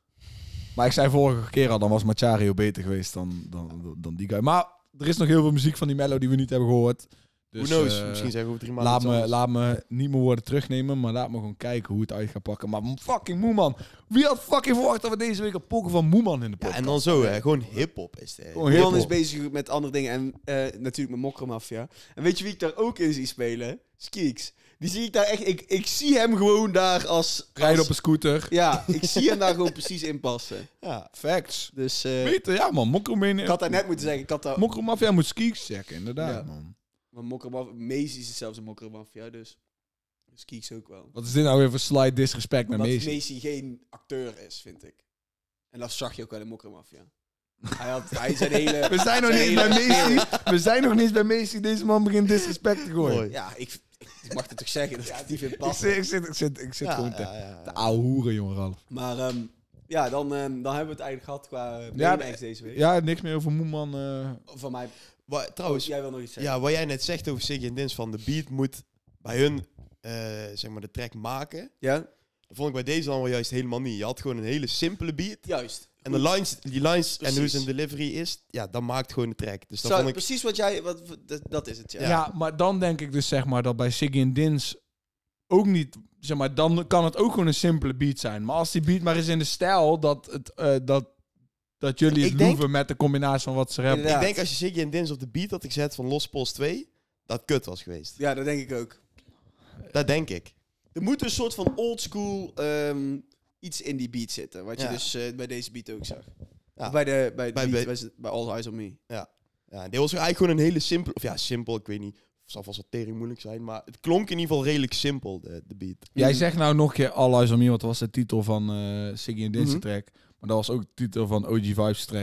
Maar ik zei vorige keer al, dan was Machario beter geweest dan, dan, dan die guy. Maar er is nog heel veel muziek van die Mello die we niet hebben gehoord. Dus, Who knows? eh, Misschien zeggen we over drie maanden Laat iets me, anders. laat me niet meer woorden terugnemen, maar laat me gewoon kijken hoe het uit gaat pakken. Maar fucking Moeman. Wie had fucking verwacht dat we deze week een pokken van Moeman in de Ja, podcast en dan zo, hè. Gewoon hip-hop is het. hè. Gewoon Jan hiphop. is bezig met andere dingen en eh, natuurlijk met Mokromafia. En weet je wie ik daar ook in zie spelen? Skeeks. Die zie ik daar echt... Ik, ik zie hem gewoon daar als... Rijden als- op een scooter. Ja, ik zie hem daar gewoon precies in passen. Ja. Facts. Dus eh, Beter, ja man. Mokromafia. ik had daar net moeten zeggen. Ik had daar... Mokromafia moet Skeeks checken, inderdaad Ja. man. Maar Mokromafia... Macy is zelfs een Mokromafia, dus... Skeeks ook wel. Wat is dit nou weer voor slight disrespect naar Dat Macy? Macy geen acteur is, vind ik. En dat zag je ook wel in Mokromafia. Hij had... Hij zijn hele... We zijn nog zijn niet bij hele- Macy. We zijn nog niet bij Macy. Deze man begint disrespect te gooien. Mooi. Ja, ik, ik mag het toch zeggen dat ik het niet vind Ik passen. zit, ik zit, ik zit, ik zit Ja, gewoon te, ja, ja, te ja. ouwe hoeren, jongen Ralf. Maar ehm, ja, dan, ehm, dan hebben we het eigenlijk gehad qua uh, Ja, deze week. Ja, niks meer over Moeman. eh. Van mij. Wa- trouwens, jij wil nog iets zeggen? ja, wat jij net zegt over Siggy en Dins van de beat moet bij hun, eh, zeg maar, de track maken. Ja? Dat vond ik bij deze dan wel juist helemaal niet. Je had gewoon een hele simpele beat. Juist. En de lines, die lines en hoe Precies. zijn delivery is, ja, dat maakt gewoon de track. Dus dat Zo, vond ik... Precies wat jij... Wat, wat- dat, dat is het, ja. Ja. maar dan denk ik dus zeg maar dat bij Siggy en Dins ook niet... Zeg maar, dan kan het ook gewoon een simpele beat zijn. Maar als die beat maar is in de stijl dat, het, eh, dat, dat jullie Ik het denk- loeven met de combinatie van wat ze rappen. Inderdaad. Ik denk als je Siggy en Dins op de beat had gezet van Lost Pols twee, dat kut was geweest. Ja, dat denk ik ook. Dat denk ik. Er moet een soort van oldschool ehm iets in die beat zitten. Wat je Ja. dus eh, bij deze beat ook zag. Ja. Of bij de, bij, de Bij- beat, bij- bij, bij All Eyes on Me. Ja, dit was eigenlijk gewoon een hele simpel... Of ja, simpel, ik weet niet. Het zal vast wat tering moeilijk zijn, maar het klonk in ieder geval redelijk simpel, de, de beat. Jij zegt nou nog een keer All Eyes on Me, wat was de titel van eh Siggy en Dins Mhm. track. Maar dat was ook de titel van O G Vibes track.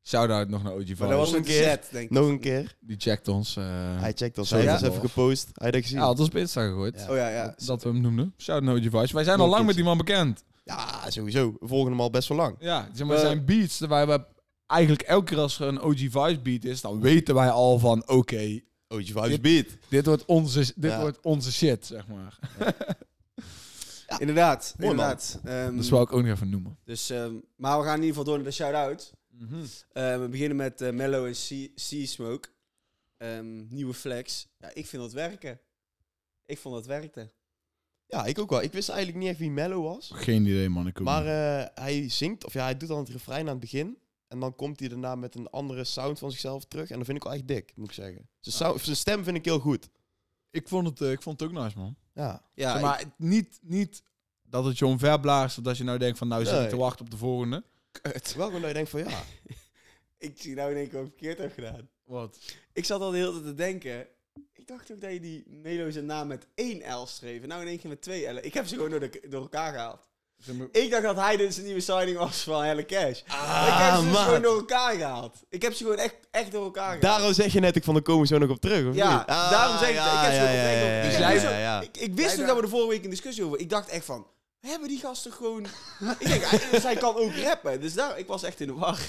Shout-out nog naar O G Maar dat was Vice. een een keer. set, denk ik. Nog een keer. Die checkt ons. uh, Hij checkt ons. Zo, Hij ja. heeft ons even gepost. Hij had dat gezien. Ja, had ons op Insta gegooid. Ja. Oh ja, ja. Dat we hem noemden. Shout-out naar O G Vice. Wij zijn al Nog lang een met die man bekend. Ja, sowieso. We volgen hem al best wel lang. Ja, zeg maar, Eh. zijn beats, waar we eigenlijk elke keer als er een O G Vice beat is, dan weten wij al van, oké, okay, O G Vibes beat. dit wordt onze, dit Ja. wordt onze shit, zeg maar. Inderdaad, Mooi, man. inderdaad. Ehm, Dat wou ik ook nog even noemen. dus, ehm, maar we gaan in ieder geval door naar de shout-out. Eh, we beginnen met uh, Mellow en Sea- Sea-Smoke. Ehm, nieuwe flex. Ja, ik vind dat werken. Ik vond dat werkte. Ja, ik ook wel. Ik wist eigenlijk niet echt wie Mello was. Geen idee, man. Ik ook Maar niet. eh, hij zingt, of ja, hij doet dan het refrein aan het begin. En dan komt hij daarna met een andere sound van zichzelf terug. En dat vind ik wel echt dik, moet ik zeggen. Zijn, sound- zijn stem vind ik heel goed. ik, vond het, eh, ik vond het ook nice, man. Ja. Ja, Zeg maar niet, niet dat het je omverblaast, of dat je nou denkt van, nou zit ik Nee. te wachten op de volgende. ik, Wel gewoon dat je denkt van ja. ik zie nou in één keer wat ik verkeerd heb gedaan. Wat? Ik zat al de hele tijd te denken. Ik dacht ook dat je die Melo zijn naam met één L schreef. En nou in één keer met twee L'en. Ik heb ze gewoon door, de, door elkaar gehaald. Ik dacht dat hij dus een nieuwe signing was van Helle Cash. Maar ik heb ze dus man. gewoon door elkaar gehaald. Ik heb ze gewoon echt, echt door elkaar gehaald. Daarom zeg je net, ik van dan komen we zo nog op terug, of Ja, niet? Ah, daarom zeg ik dat. Ik heb ze ja, ook ja, echt ja, op- ja, ik ja, heb ja, zo- ja, ja. Ik, ik wist Jij ook dat we de vorige week een discussie over. Ik dacht echt van, hebben die gasten gewoon... ik denk, hij, dus hij kan ook rappen. Dus daar, ik was echt in de war.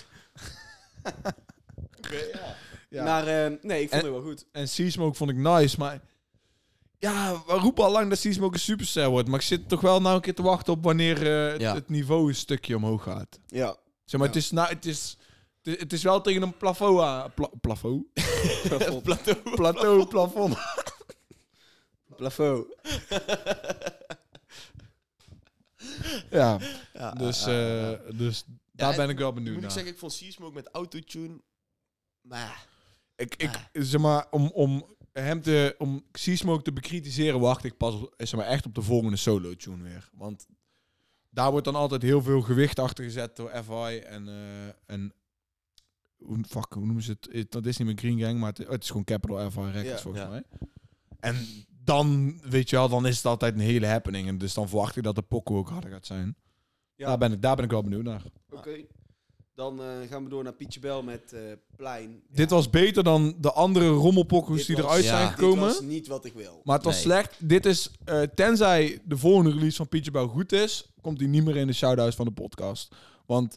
Ja. Maar eh, nee, ik vond En- het wel goed. En Seasmoke vond ik nice, maar... Ja, we roepen al lang dat Seasmoke een superster wordt. Maar ik zit toch wel nou een keer te wachten op wanneer eh, het, Ja. het niveau een stukje omhoog gaat. Ja. Zeg maar, Ja. het, is, nou, het, is, het, is, het is wel tegen een plafond aan... Pla, plafond? Plafond. Plateau. Plateau, plafond. Plafond. Ja, Ja, dus, ja, eh, ja. dus Ja, daar en ben ik wel benieuwd Moet ik naar. zeggen, ik vond Seasmoke met autotune... Maar... Ik, ik, zeg maar, om, om hem te, om Seasmoke te bekritiseren, wacht ik pas op- zeg maar, echt op de volgende solo-tune weer. Want daar wordt dan altijd heel veel gewicht achter gezet door F I en, eh, en hoe, fuck, hoe noemen ze het? Het- Dat is niet meer Green Gang, maar het, het is gewoon Capital F I Records Ja, volgens ja. mij. En dan, weet je wel, dan is het altijd een hele happening. En dus dan verwacht ik dat de pokoe ook harder gaat zijn. Ja. Daar, ben ik, daar ben ik wel benieuwd naar. Oké. Dan eh, gaan we door naar Pietje Bel met eh, Plein. Dit Ja, was beter dan de andere rommelpokoes dit die was- eruit ja. zijn Dit gekomen. Dit was niet wat ik wil. Maar het was Nee. slecht. Dit is, eh, tenzij de volgende release van Pietje Bel goed is, komt hij niet meer in de shout-outs van de podcast. Want,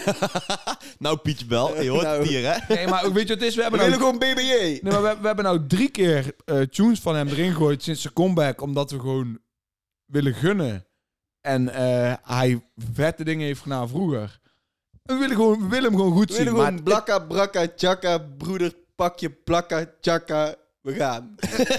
nou, Pietje Bel, je hoort Nou. het hier, hè? nee, maar ook weet je wat het is? We We hebben willen nou, gewoon B B J. nee, maar we, we hebben nou drie keer eh, tunes van hem erin gegooid sinds zijn comeback, omdat we gewoon willen gunnen. En eh, hij vette dingen heeft gedaan vroeger. En we willen, gewoon, we willen hem gewoon goed We zien. willen Maar gewoon blakka, brakka, tjaka, broeder, pakje, plakka, tjaka. We gaan.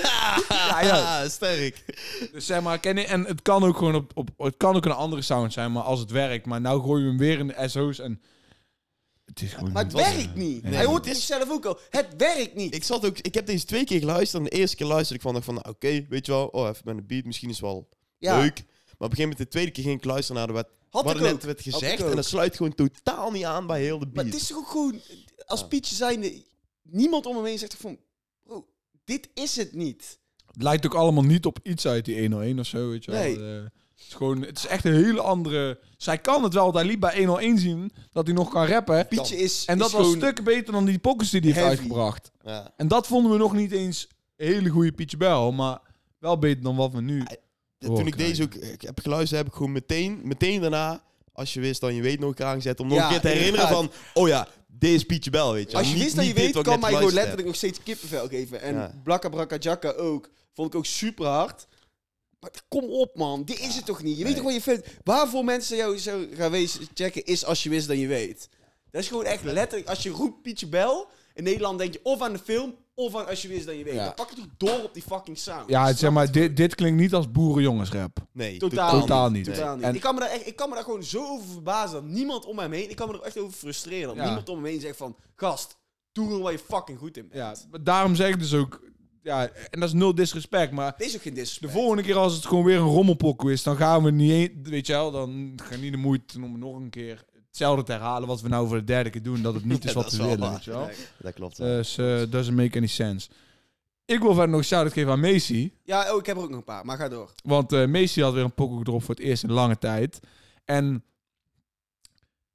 Ja, ja. sterk. Dus zeg maar, ken je, en het kan ook gewoon op, op, het kan ook een andere sound zijn, maar als het werkt. Maar nou gooien we hem weer in de S O's en het is gewoon Maar het niet- werkt niet. Nee. Hij hoort het zelf ook al. Het werkt niet. Ik zat ook, ik heb deze twee keer geluisterd. En de eerste keer luisterde ik van, dacht van nou, oké, weet je wel, oh, even met een beat, misschien is het wel Ja. leuk. Maar op een gegeven moment, de tweede keer ging ik luisteren naar de wat, Had wat ik er net ook. werd Had gezegd. ik ook. En dat sluit gewoon totaal niet aan bij heel de Maar beat. het is toch ook gewoon... Als Ja. Pietje zijnde... Niemand om hem heen zegt toch van... Bro, dit is het niet. Het lijkt ook allemaal niet op iets uit die honderdéén of zo, weet je wel. Nee. Eh, het is gewoon, het is echt een hele andere... Zij kan het wel, want hij liet bij honderdéén zien dat hij nog kan rappen. Pietje is... En dat is was gewoon stukken beter dan die pockets die hij heeft heavy. uitgebracht. Ja. En dat vonden we nog niet eens een hele goede Pietje Bel, maar wel beter dan wat we nu... Toen ik krijgen. deze ook ik heb geluisterd, heb ik gewoon meteen, meteen daarna, als je wist dan je weet nog elkaar aangezet, om nog Ja, een keer te herinneren inderdaad. van, oh ja, dit is Pietje Bel, weet je. Als je Niet- wist dat je niet dit weet, wat ik kan net mij gewoon geluisterd letterlijk nog steeds kippenvel geven. En Ja. Blakka Brakka Jacka ook. Vond ik ook super hard. Maar kom op, man. Dit is het toch niet? Je weet Nee. toch wat je vindt? Waarvoor mensen jou zo gaan wezen checken is als je wist dan je weet. Dat is gewoon echt letterlijk... Als je roept Pietje Bel, in Nederland denk je of aan de film, of aan als je wist dan je weet. Ja. Dan pak je toch door op die fucking sound. Ja, Snap zeg maar, het dit, dit klinkt niet als boerenjongensrap. Nee, Totaal, Totaal niet. Totaal niet. En- ik, kan me daar echt, ik kan me daar gewoon zo over verbazen dat niemand om hem heen... Ik kan me er echt over frustreren dat Ja. niemand om hem heen zegt van... Gast, doe gewoon waar je fucking goed in bent. Ja, maar daarom zeg ik dus ook... Ja, en dat is nul disrespect, maar... Dit is ook geen De disrespect. volgende keer als het gewoon weer een rommelpokoe is, dan gaan we niet heen, weet je wel, dan gaan we niet de moeite om nog een keer hetzelfde te herhalen wat we nou voor de derde keer doen, dat het niet is Ja, wat dat we is wel willen, waar. weet je wel. Nee. Dat klopt. Dus uh, doesn't make any sense. Ik wil verder nog een shout-out geven aan Macy, Ja, oh, ik heb er ook nog een paar, maar ga door. want uh, Macy had weer een pokoe gedropt voor het eerst in lange tijd. En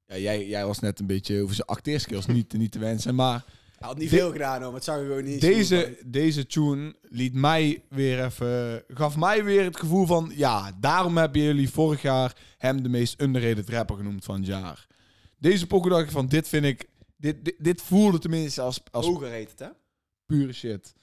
Ja, jij, jij was net een beetje over zijn acteerskills niet, niet te wensen, maar Hij had niet De- veel gedaan, hoor, maar het zag er gewoon niet deze, deze tune liet mij weer even, gaf mij weer het gevoel van, ja, daarom hebben jullie vorig jaar hem de meest underrated rapper genoemd van het jaar. Deze pokoe dacht ik van, dit vind ik, dit, dit, dit voelde tenminste als, als Hoger heet het, hè? pure shit.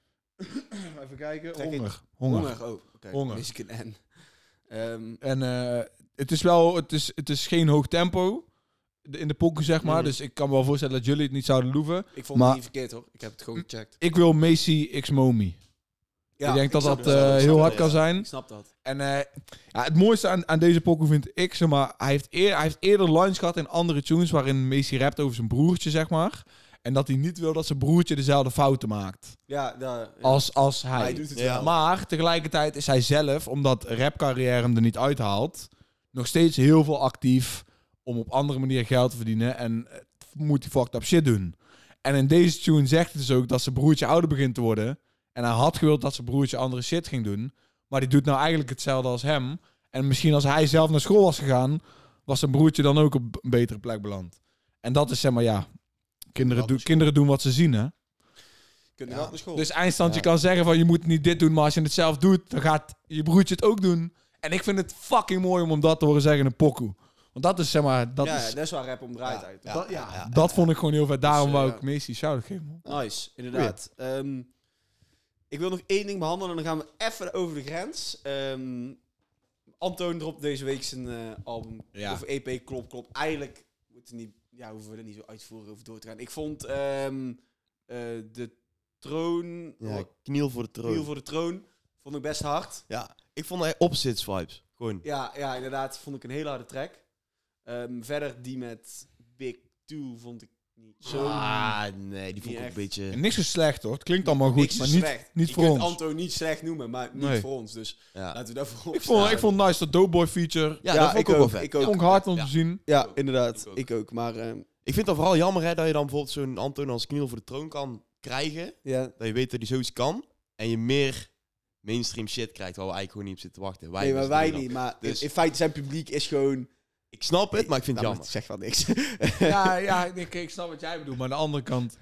Even kijken, Trek honger. Honger. Honger, oh. Oké, Honger. mis ik een N. Ehm, En eh, het is wel, het is, het is geen hoog tempo de- in de pokoe, zeg maar. Mhm. Dus ik kan me wel voorstellen dat jullie het niet zouden loeven. ik vond maar- het niet verkeerd, hoor. Ik heb het gewoon gecheckt. Ik wil Macy X Momi. Ja, ik denk dat snap dat het, eh, ik snap heel het, hard ja. kan zijn. Ik snap dat. En eh, ja, het mooiste aan, aan deze pokoe vind ik, zeg maar, hij heeft, eer, hij heeft eerder lines gehad in andere tunes waarin Macy rapt over zijn broertje, zeg maar. En dat hij niet wil dat zijn broertje dezelfde fouten maakt Ja, daar, ja. als, als hij. Maar hij doet het Ja. wel. Maar tegelijkertijd is hij zelf, omdat rapcarrière hem er niet uithaalt, nog steeds heel veel actief om op andere manier geld te verdienen. En eh, moet hij fucked up shit doen. En in deze tune zegt het dus ook dat zijn broertje ouder begint te worden. En hij had gewild dat zijn broertje andere shit ging doen. Maar die doet nou eigenlijk hetzelfde als hem. En misschien als hij zelf naar school was gegaan, was zijn broertje dan ook op een betere plek beland. En dat is zeg maar, ja, kinderen, doen kinderen doen wat ze zien, hè. Kunnen Ja. wel naar school. Dus eindstand, je Ja. kan zeggen van je moet niet dit doen, maar als je het zelf doet, dan gaat je broertje het ook doen. En ik vind het fucking mooi om hem dat te horen zeggen in een pokoe. Want dat is zeg maar, dat ja, is, ja, dat is waar rap om draait Ja, uit. ja. dat, ja, ja, dat vond ik gewoon heel vet. Daarom Dus, eh, wou ja. ik Macy shout-out geven. man. Nice, inderdaad. Ehm, ik wil nog één ding behandelen en dan gaan we even over de grens. Ehm, Antoon dropt deze week zijn eh, album, Ja. of E P, klopt, klopt. Eigenlijk moeten, niet, ja, hoeven we er niet zo uitvoerig over door te gaan. Ik vond ehm, eh, de troon, Ja, oh, kniel voor de troon. Kniel voor de troon, vond ik best hard. Ja, ik vond hij opposites vibes. Gewoon. Ja, ja, inderdaad, vond ik een hele harde track. Ehm, verder die met Big Two vond ik niet zo... Ah, nee, die vond Niet ik ook een echt. beetje... En niks zo slecht hoor. Het klinkt allemaal goed, Niks maar is niet, slecht. niet Je voor kunt ons. Antoon niet slecht noemen, maar niet Nee. voor ons. Dus Ja, laten we daarvoor Ik vond, ik vond nice dat Doughboy feature. ja, Ja, dat vond ik ik ook wel ook, vet. ik Ik ook. vond hard om Ja. te zien. Ja, Ik ook. inderdaad. Ik ook. Ik ook. Maar ehm, Ik vind het vooral jammer hè, dat je dan bijvoorbeeld zo'n Anton als kniel voor de troon kan krijgen. ja. Dat je weet dat hij zoiets kan. En je meer mainstream shit krijgt waar we eigenlijk gewoon niet op zitten te wachten. Wij Nee, maar als wij Nederland. niet. Maar Dus- in, in feite zijn publiek is gewoon... Ik snap het, maar ik vind het Nou, jammer. Zeg wel niks. Ja, ja ik, ik snap wat jij bedoelt. Maar aan de andere kant...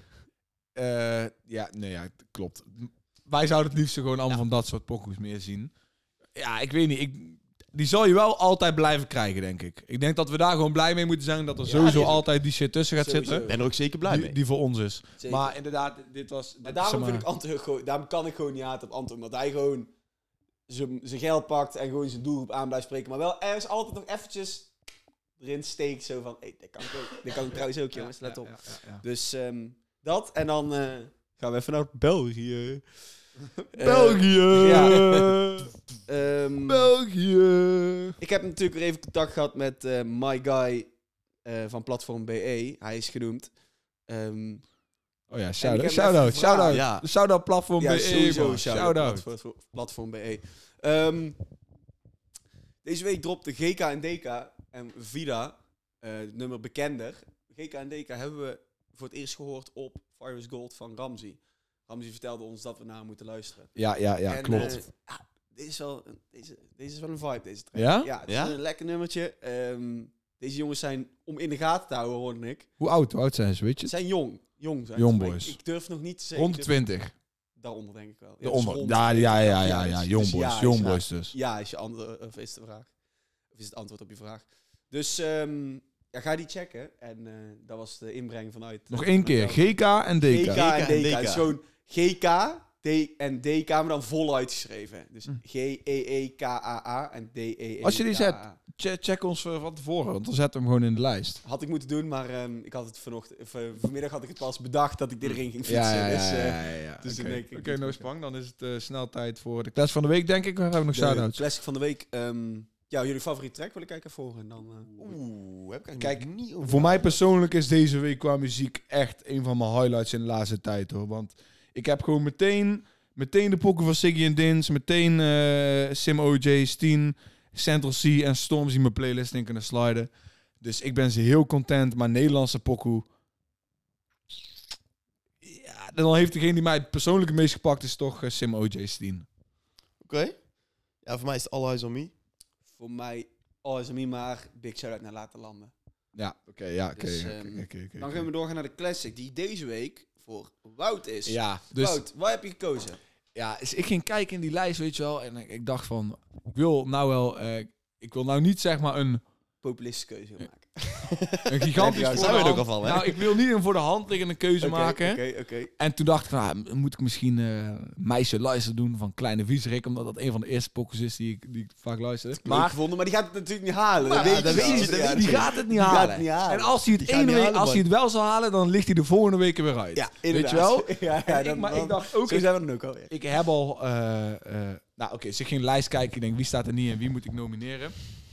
eh, ja, nee, ja, het klopt. Wij zouden het liefst gewoon allemaal van dat soort pokoes meer zien. Ja, ik weet niet. Ik, die zal je wel altijd blijven krijgen, denk ik. Ik denk dat we daar gewoon blij mee moeten zijn. Dat er Ja, sowieso die- altijd die shit tussen gaat Sowieso. Ik zitten. ben er ook zeker blij Die, mee. die voor ons is. Zeker. Maar inderdaad, dit was... Maar dit, daarom zeg maar- vind ik Anton gewoon... Daarom kan ik gewoon niet haat op Anton. Omdat hij gewoon zijn zijn geld pakt en gewoon zijn doelgroep aan blijft spreken. Maar wel ergens altijd nog eventjes erin steekt. Zo van, hey, dat kan ik ook. Dat kan ik trouwens ook, jongens. Let op. Ja, ja, ja. Dus ehm, dat. En dan eh, gaan we even naar België. Eh, België! ja. ehm, België! Ik heb natuurlijk weer even contact gehad met eh, my guy eh, van Platform B E. Hij is genoemd. Ehm, Oh ja, ik shout-out, heb shout-out, hem even shout-out. gevraagd. Ja. Shout-out Platform ja, B E, sowieso. man. Shout-out Shout-out. Platform, Platform B E. Ehm, deze week dropte G K en D K en Vida, eh, het nummer bekender. G K en D K hebben we voor het eerst gehoord op Fire is Gold van Ramsey. Ramsey vertelde ons dat we naar hem moeten luisteren. Ja, ja, ja, En, klopt. eh, ja, deze, is wel, een- deze, deze is wel een vibe, deze track. Ja? Ja, het Ja? is een lekker nummertje. Ehm, deze jongens zijn om in de gaten te houden, hoorde ik. Hoe oud, hoe oud zijn ze, weet je? Ze zijn jong. Jong zijn Jong ze. Maar boys. Ik, ik durf nog niet te zeggen. Rond de ik durf- twintig. Daaronder denk ik wel. De dus onder. rond Ja, de ja, ja, twintig. ja, ja. dus- Young dus boys, ja, young is- boys dus. Ja, is je andere, of is de vraag. Of is het antwoord op je vraag. Dus ehm, ja, ga die checken. En eh, dat was de inbreng vanuit... Nog eh, één vanuit keer. jou. G K en D G K K. en en D K. D K. Het is gewoon G K D en D K, maar dan vol uitgeschreven. Dus Hm. G E E K A A en D E E K A A. Als je die zet, Che- check ons eh, van tevoren, want dan zetten we hem gewoon in de lijst. Had ik moeten doen, maar ehm, ik had het vanochtend, of, eh, vanmiddag had ik het pas bedacht dat ik dit erin ging fietsen. Ja, ja, dus, ja, eh, ja, ja, ja. dus Oké, dan denk ik, Oké, goed, no goed. spang. Dan is het eh, snel tijd voor de class van de week, denk ik. We hebben nog de shout-outs. classic van de week. ehm, ja, jullie favoriete track wil ik kijken voor. En dan, eh, Oeh, heb ik eigenlijk Kijk, nog niet over Voor mij nagedacht. persoonlijk is deze week qua muziek echt een van mijn highlights in de laatste tijd, hoor. Want ik heb gewoon meteen, meteen de pokken van Siggy en Dins, meteen eh, Sim O J, Steen, Central C en Stormzy in mijn playlist in kunnen sliden. Dus ik ben ze heel content, maar Nederlandse pokoe... Ja, dan heeft degene die mij persoonlijk het meest gepakt is toch eh, Sim O J, Steen. Oké. Ja, voor mij is het All Eyes on Me. voor mij, all is me maar, big shout-out naar Laten Landen. Ja, oké, ja, oké. Dus, oké, ehm, oké, oké, Dan oké. gaan we doorgaan naar de classic, die deze week voor Wout is. Ja, dus Wout, waar heb je gekozen? ja, dus ik ging kijken in die lijst, weet je wel. En ik, ik dacht van, ik wil nou wel, eh, ik wil nou niet zeg maar een, Populistische keuze maken. een gigantisch Ja, voor zijn de we er ook hand- al van, hè? Nou, ik wil niet een voor de hand liggende keuze Oké, maken. Oké, oké. En toen dacht ik, nou, m- moet ik misschien eh Meisje luisteren doen van Kleine Viezerik, omdat dat een van de eerste pokkers is die ik, die ik vaak luister. Maar Maar gevonden, maar die gaat het natuurlijk niet halen. Maar dat weet dat je weet wel. je, Ja, die, dat die weet gaat het niet Die gaat halen. het niet halen. En als hij het Die gaat ene niet week, halen, als hij man. het wel zou halen, dan ligt hij de volgende week er weer uit. Ja, Weet inderdaad. je wel? Ja, ja, En ik- dan, maar dan- ik dacht ook, Zo ik, zijn we er ook alweer. ik heb al, eh, eh, nou oké, dus ik ging een lijst kijken. Ik denk, wie staat er niet en wie moet ik nomineren?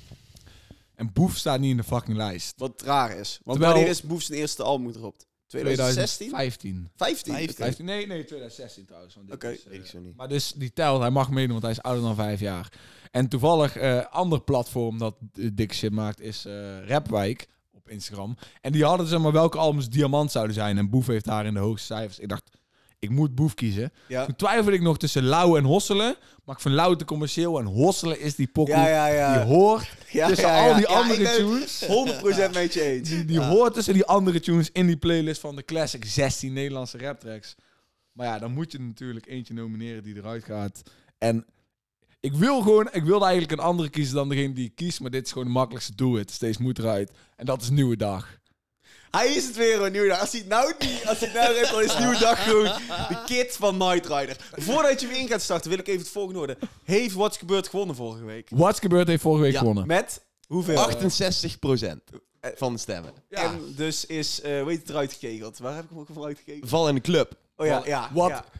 En Boef staat niet in de fucking lijst. Wat raar is. Want Terwijl- wanneer is Boef zijn eerste album gedropt? twintig zestien? vijftien. vijftien? Vijftien. Oké. vijftien? Nee, nee, twintig zestien trouwens. want dit Oké. is, eh, Weet ik zo niet. Maar dus die telt, hij mag meedoen, want hij is ouder dan vijf jaar. En toevallig, eh ander platform dat eh, dikke shit maakt, is eh Rapwijk op Instagram. En die hadden zeg maar welke albums diamant zouden zijn. En Boef heeft daar in de hoogste cijfers. Ik dacht, ik moet Boef kiezen. Ja. Toen twijfelde ik nog tussen Lauw en Hosselen. Maar ik vind Lauw te commercieel en Hosselen is die pokoe Ja, ja, ja. die hoort Ja, tussen ja, ja. al die Ja, andere ik ben tunes. honderd procent met je eens. Die, die hoort tussen die andere tunes in die playlist van de classic zestien Nederlandse rap tracks. Maar ja, dan moet je er natuurlijk eentje nomineren die eruit gaat. En ik wil gewoon, ik wilde eigenlijk een andere kiezen dan degene die ik kies. Maar dit is gewoon de makkelijkste do it. Steeds moet eruit. En dat is Nieuwe Dag. Hij is het weer, een nieuwe dag. Als hij het nou niet, als hij het nou heeft, dan is Nieuwe Dag gewoon de kid van Night Rider. Voordat je weer in gaat starten, wil ik even het volgende horen. Heeft What's Gebeurd gewonnen vorige week? What's Gebeurd heeft vorige week Ja, gewonnen. Met hoeveel? achtenzestig procent van de stemmen. En dus is, eh weet het eruit gekegeld. Waar heb ik hem ook van uitgekeken? Val in de club. Oh ja, Wat- ja. wat ja.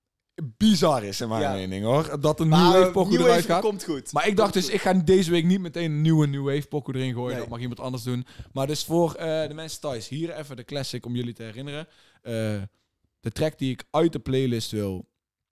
Bizar is in mijn Ja. mening hoor. Dat een Maar, New Wave eh, pokoe New eruit Wave gaat. komt goed. Maar ik dacht Komt dus, ik ga deze week niet meteen een nieuwe New Wave pokoe erin gooien. Nee. Dat mag iemand anders doen. Maar dus voor eh, de mensen thuis, hier even de classic om jullie te herinneren. Eh, de track die ik uit de playlist wil,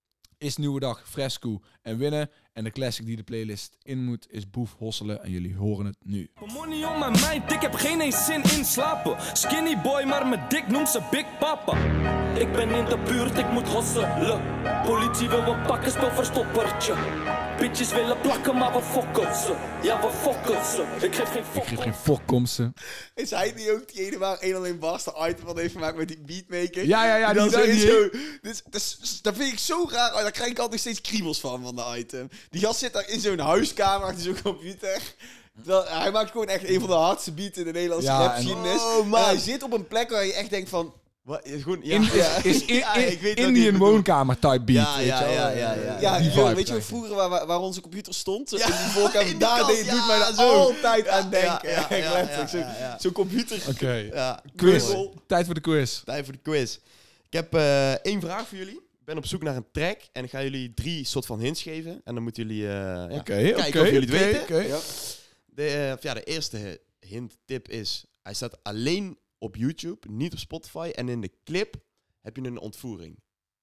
is Nieuwe Dag, Fresco en Winnen. En de classic die de playlist in moet, is Boef, Hosselen. En jullie horen het nu. Money on my mind, ik heb geen eens zin in slapen. Skinny boy, maar mijn dik noemt ze Big Papa. Ik ben in de buurt, ik moet hosselen. Politie wil me pakken, speel verstoppertje. Bitches willen plakken, maar we fokken ze. Ja, we fokken ze. Ik geef geen Ik Oh. geef fok. geen fok, kom ze. Is hij niet ook die ene waar één alleen Barsta item van heeft gemaakt met die beatmaker? Ja, ja, ja. Die dan Die, zo die, is die- zo... Dus, dus, dat vind ik zo raar. Oh, daar krijg ik altijd steeds kriebels van, van de item. Die gast zit daar in zo'n huiskamer achter zo'n computer. Terwijl, hij maakt gewoon echt een van de hardste beats in de Nederlandse Ja, rapgeschiedenis. en- Oh, man. En hij zit op een plek waar je echt denkt van... Wat? Is gewoon, ja, in, ja. is, is in, Ja, in- ik weet wat Indian je bedoelt. woonkamer type beat. Ja, weet ja, je wel. ja, ja, ja. Ja, Die joh, vibe weet je krijg wel, je. vroeger waar, waar- waar onze computer stond? Ja, in die voorkamer, in de daar kast, deed, ja, doet mij dat zo. altijd Ja, aan denken. ja, ja, Echt ja, letterlijk, ja, zo'n ja, ja. zo'n computer. Oké. Ja, Quiz. cool. Tijd voor de quiz. Tijd voor de quiz. Ik heb eh, één vraag voor jullie. Ik ben op zoek naar een track en ik ga jullie drie soort van hints geven. En dan moeten jullie eh, ja, Oké, kijken oké, of jullie het oké, weten. oké. Ja. De, eh, of ja, de eerste hint tip is, hij staat alleen op YouTube, niet op Spotify. En in de clip heb je een ontvoering.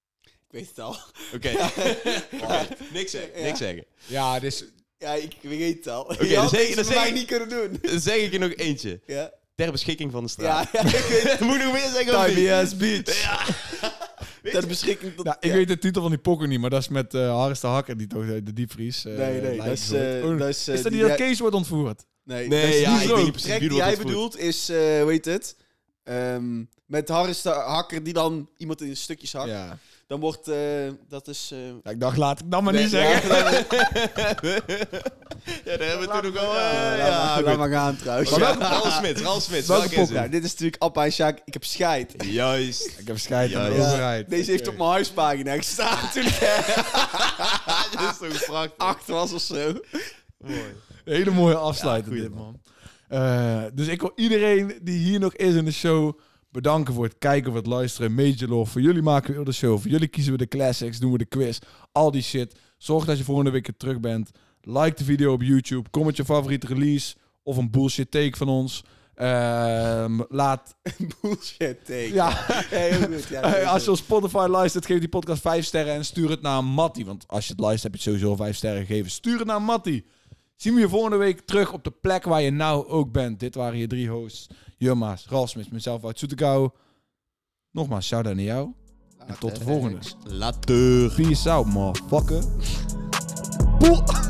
Ik weet het al. Oké. Oké, niks zeggen, Ja. niks zeggen. Ja, dus Ja, ik weet het al. Oké, je dan had zeg- deze dan bij zeg mij ik- niet kunnen doen. Dan zeg ik er nog eentje. Ja, Ter beschikking van de straat. ja, ja ik weet het. Moet ik nog meer zeggen of niet? T B S Beach. Ja. Ter beschikking tot... nou, ik ja. weet de titel van die pokken niet, maar dat is met eh Harris de Hakker, die toch de, de diepvries. eh, Nee, nee, dat lijkt is... wordt. eh, Oh, dat is, eh, is dat die niet dat jij- Kees wordt ontvoerd? Nee, Nee, dat is ja, niet ik zo. weet niet De precies track wie die dat jij ontvoert. bedoelt is, eh weet het... ehm, met Harris de Hakker die dan iemand in stukjes hakt. Ja. Dan wordt... eh, dat is... eh, Ja, ik dacht, laat ik dat maar Nee, niet ja, zeggen. Ja, daar hebben we toen nog wel... eh, eh, laat ja, maar- goed. laat maar gaan trouwens. Maar Ja. welke Ralf Smits, Ralf Smits, Welke welke is pop? het? Nou, dit is natuurlijk Appa en Sjaak. Ik heb scheid. Juist. Ik heb scheid aan de Ja, ja. overheid. Deze heeft Oké. op mijn huispagina gestaan natuurlijk. Dat is toch prachtig. Acht was of zo. Mooi. Een hele mooie afsluiting Ja, goeie, dit, man. Eh, dus ik wil iedereen die hier nog is in de show bedanken voor het kijken, voor het luisteren. Major love. Voor jullie maken we heel de show. Voor jullie kiezen we de classics, doen we de quiz. Al die shit. Zorg dat je volgende week er terug bent. Like de video op YouTube. Kom met je favoriete release. Of een bullshit take van ons. Ehm, laat... Bullshit take. Ja. Ja, heel goed. Ja, heel Eh, als je goed. op Spotify luistert, geef die podcast vijf sterren en stuur het naar Mattie. Want als je het luistert, heb je het sowieso vijf sterren gegeven. Stuur het naar Mattie. Zien we je volgende week terug op de plek waar je nou ook bent. Dit waren je drie hosts. Jumma's, Ralf Smits, mezelf uit Zoetekouw. Nogmaals, shout-out naar jou. En tot de volgende. Later. Peace out, motherfucker. Poel.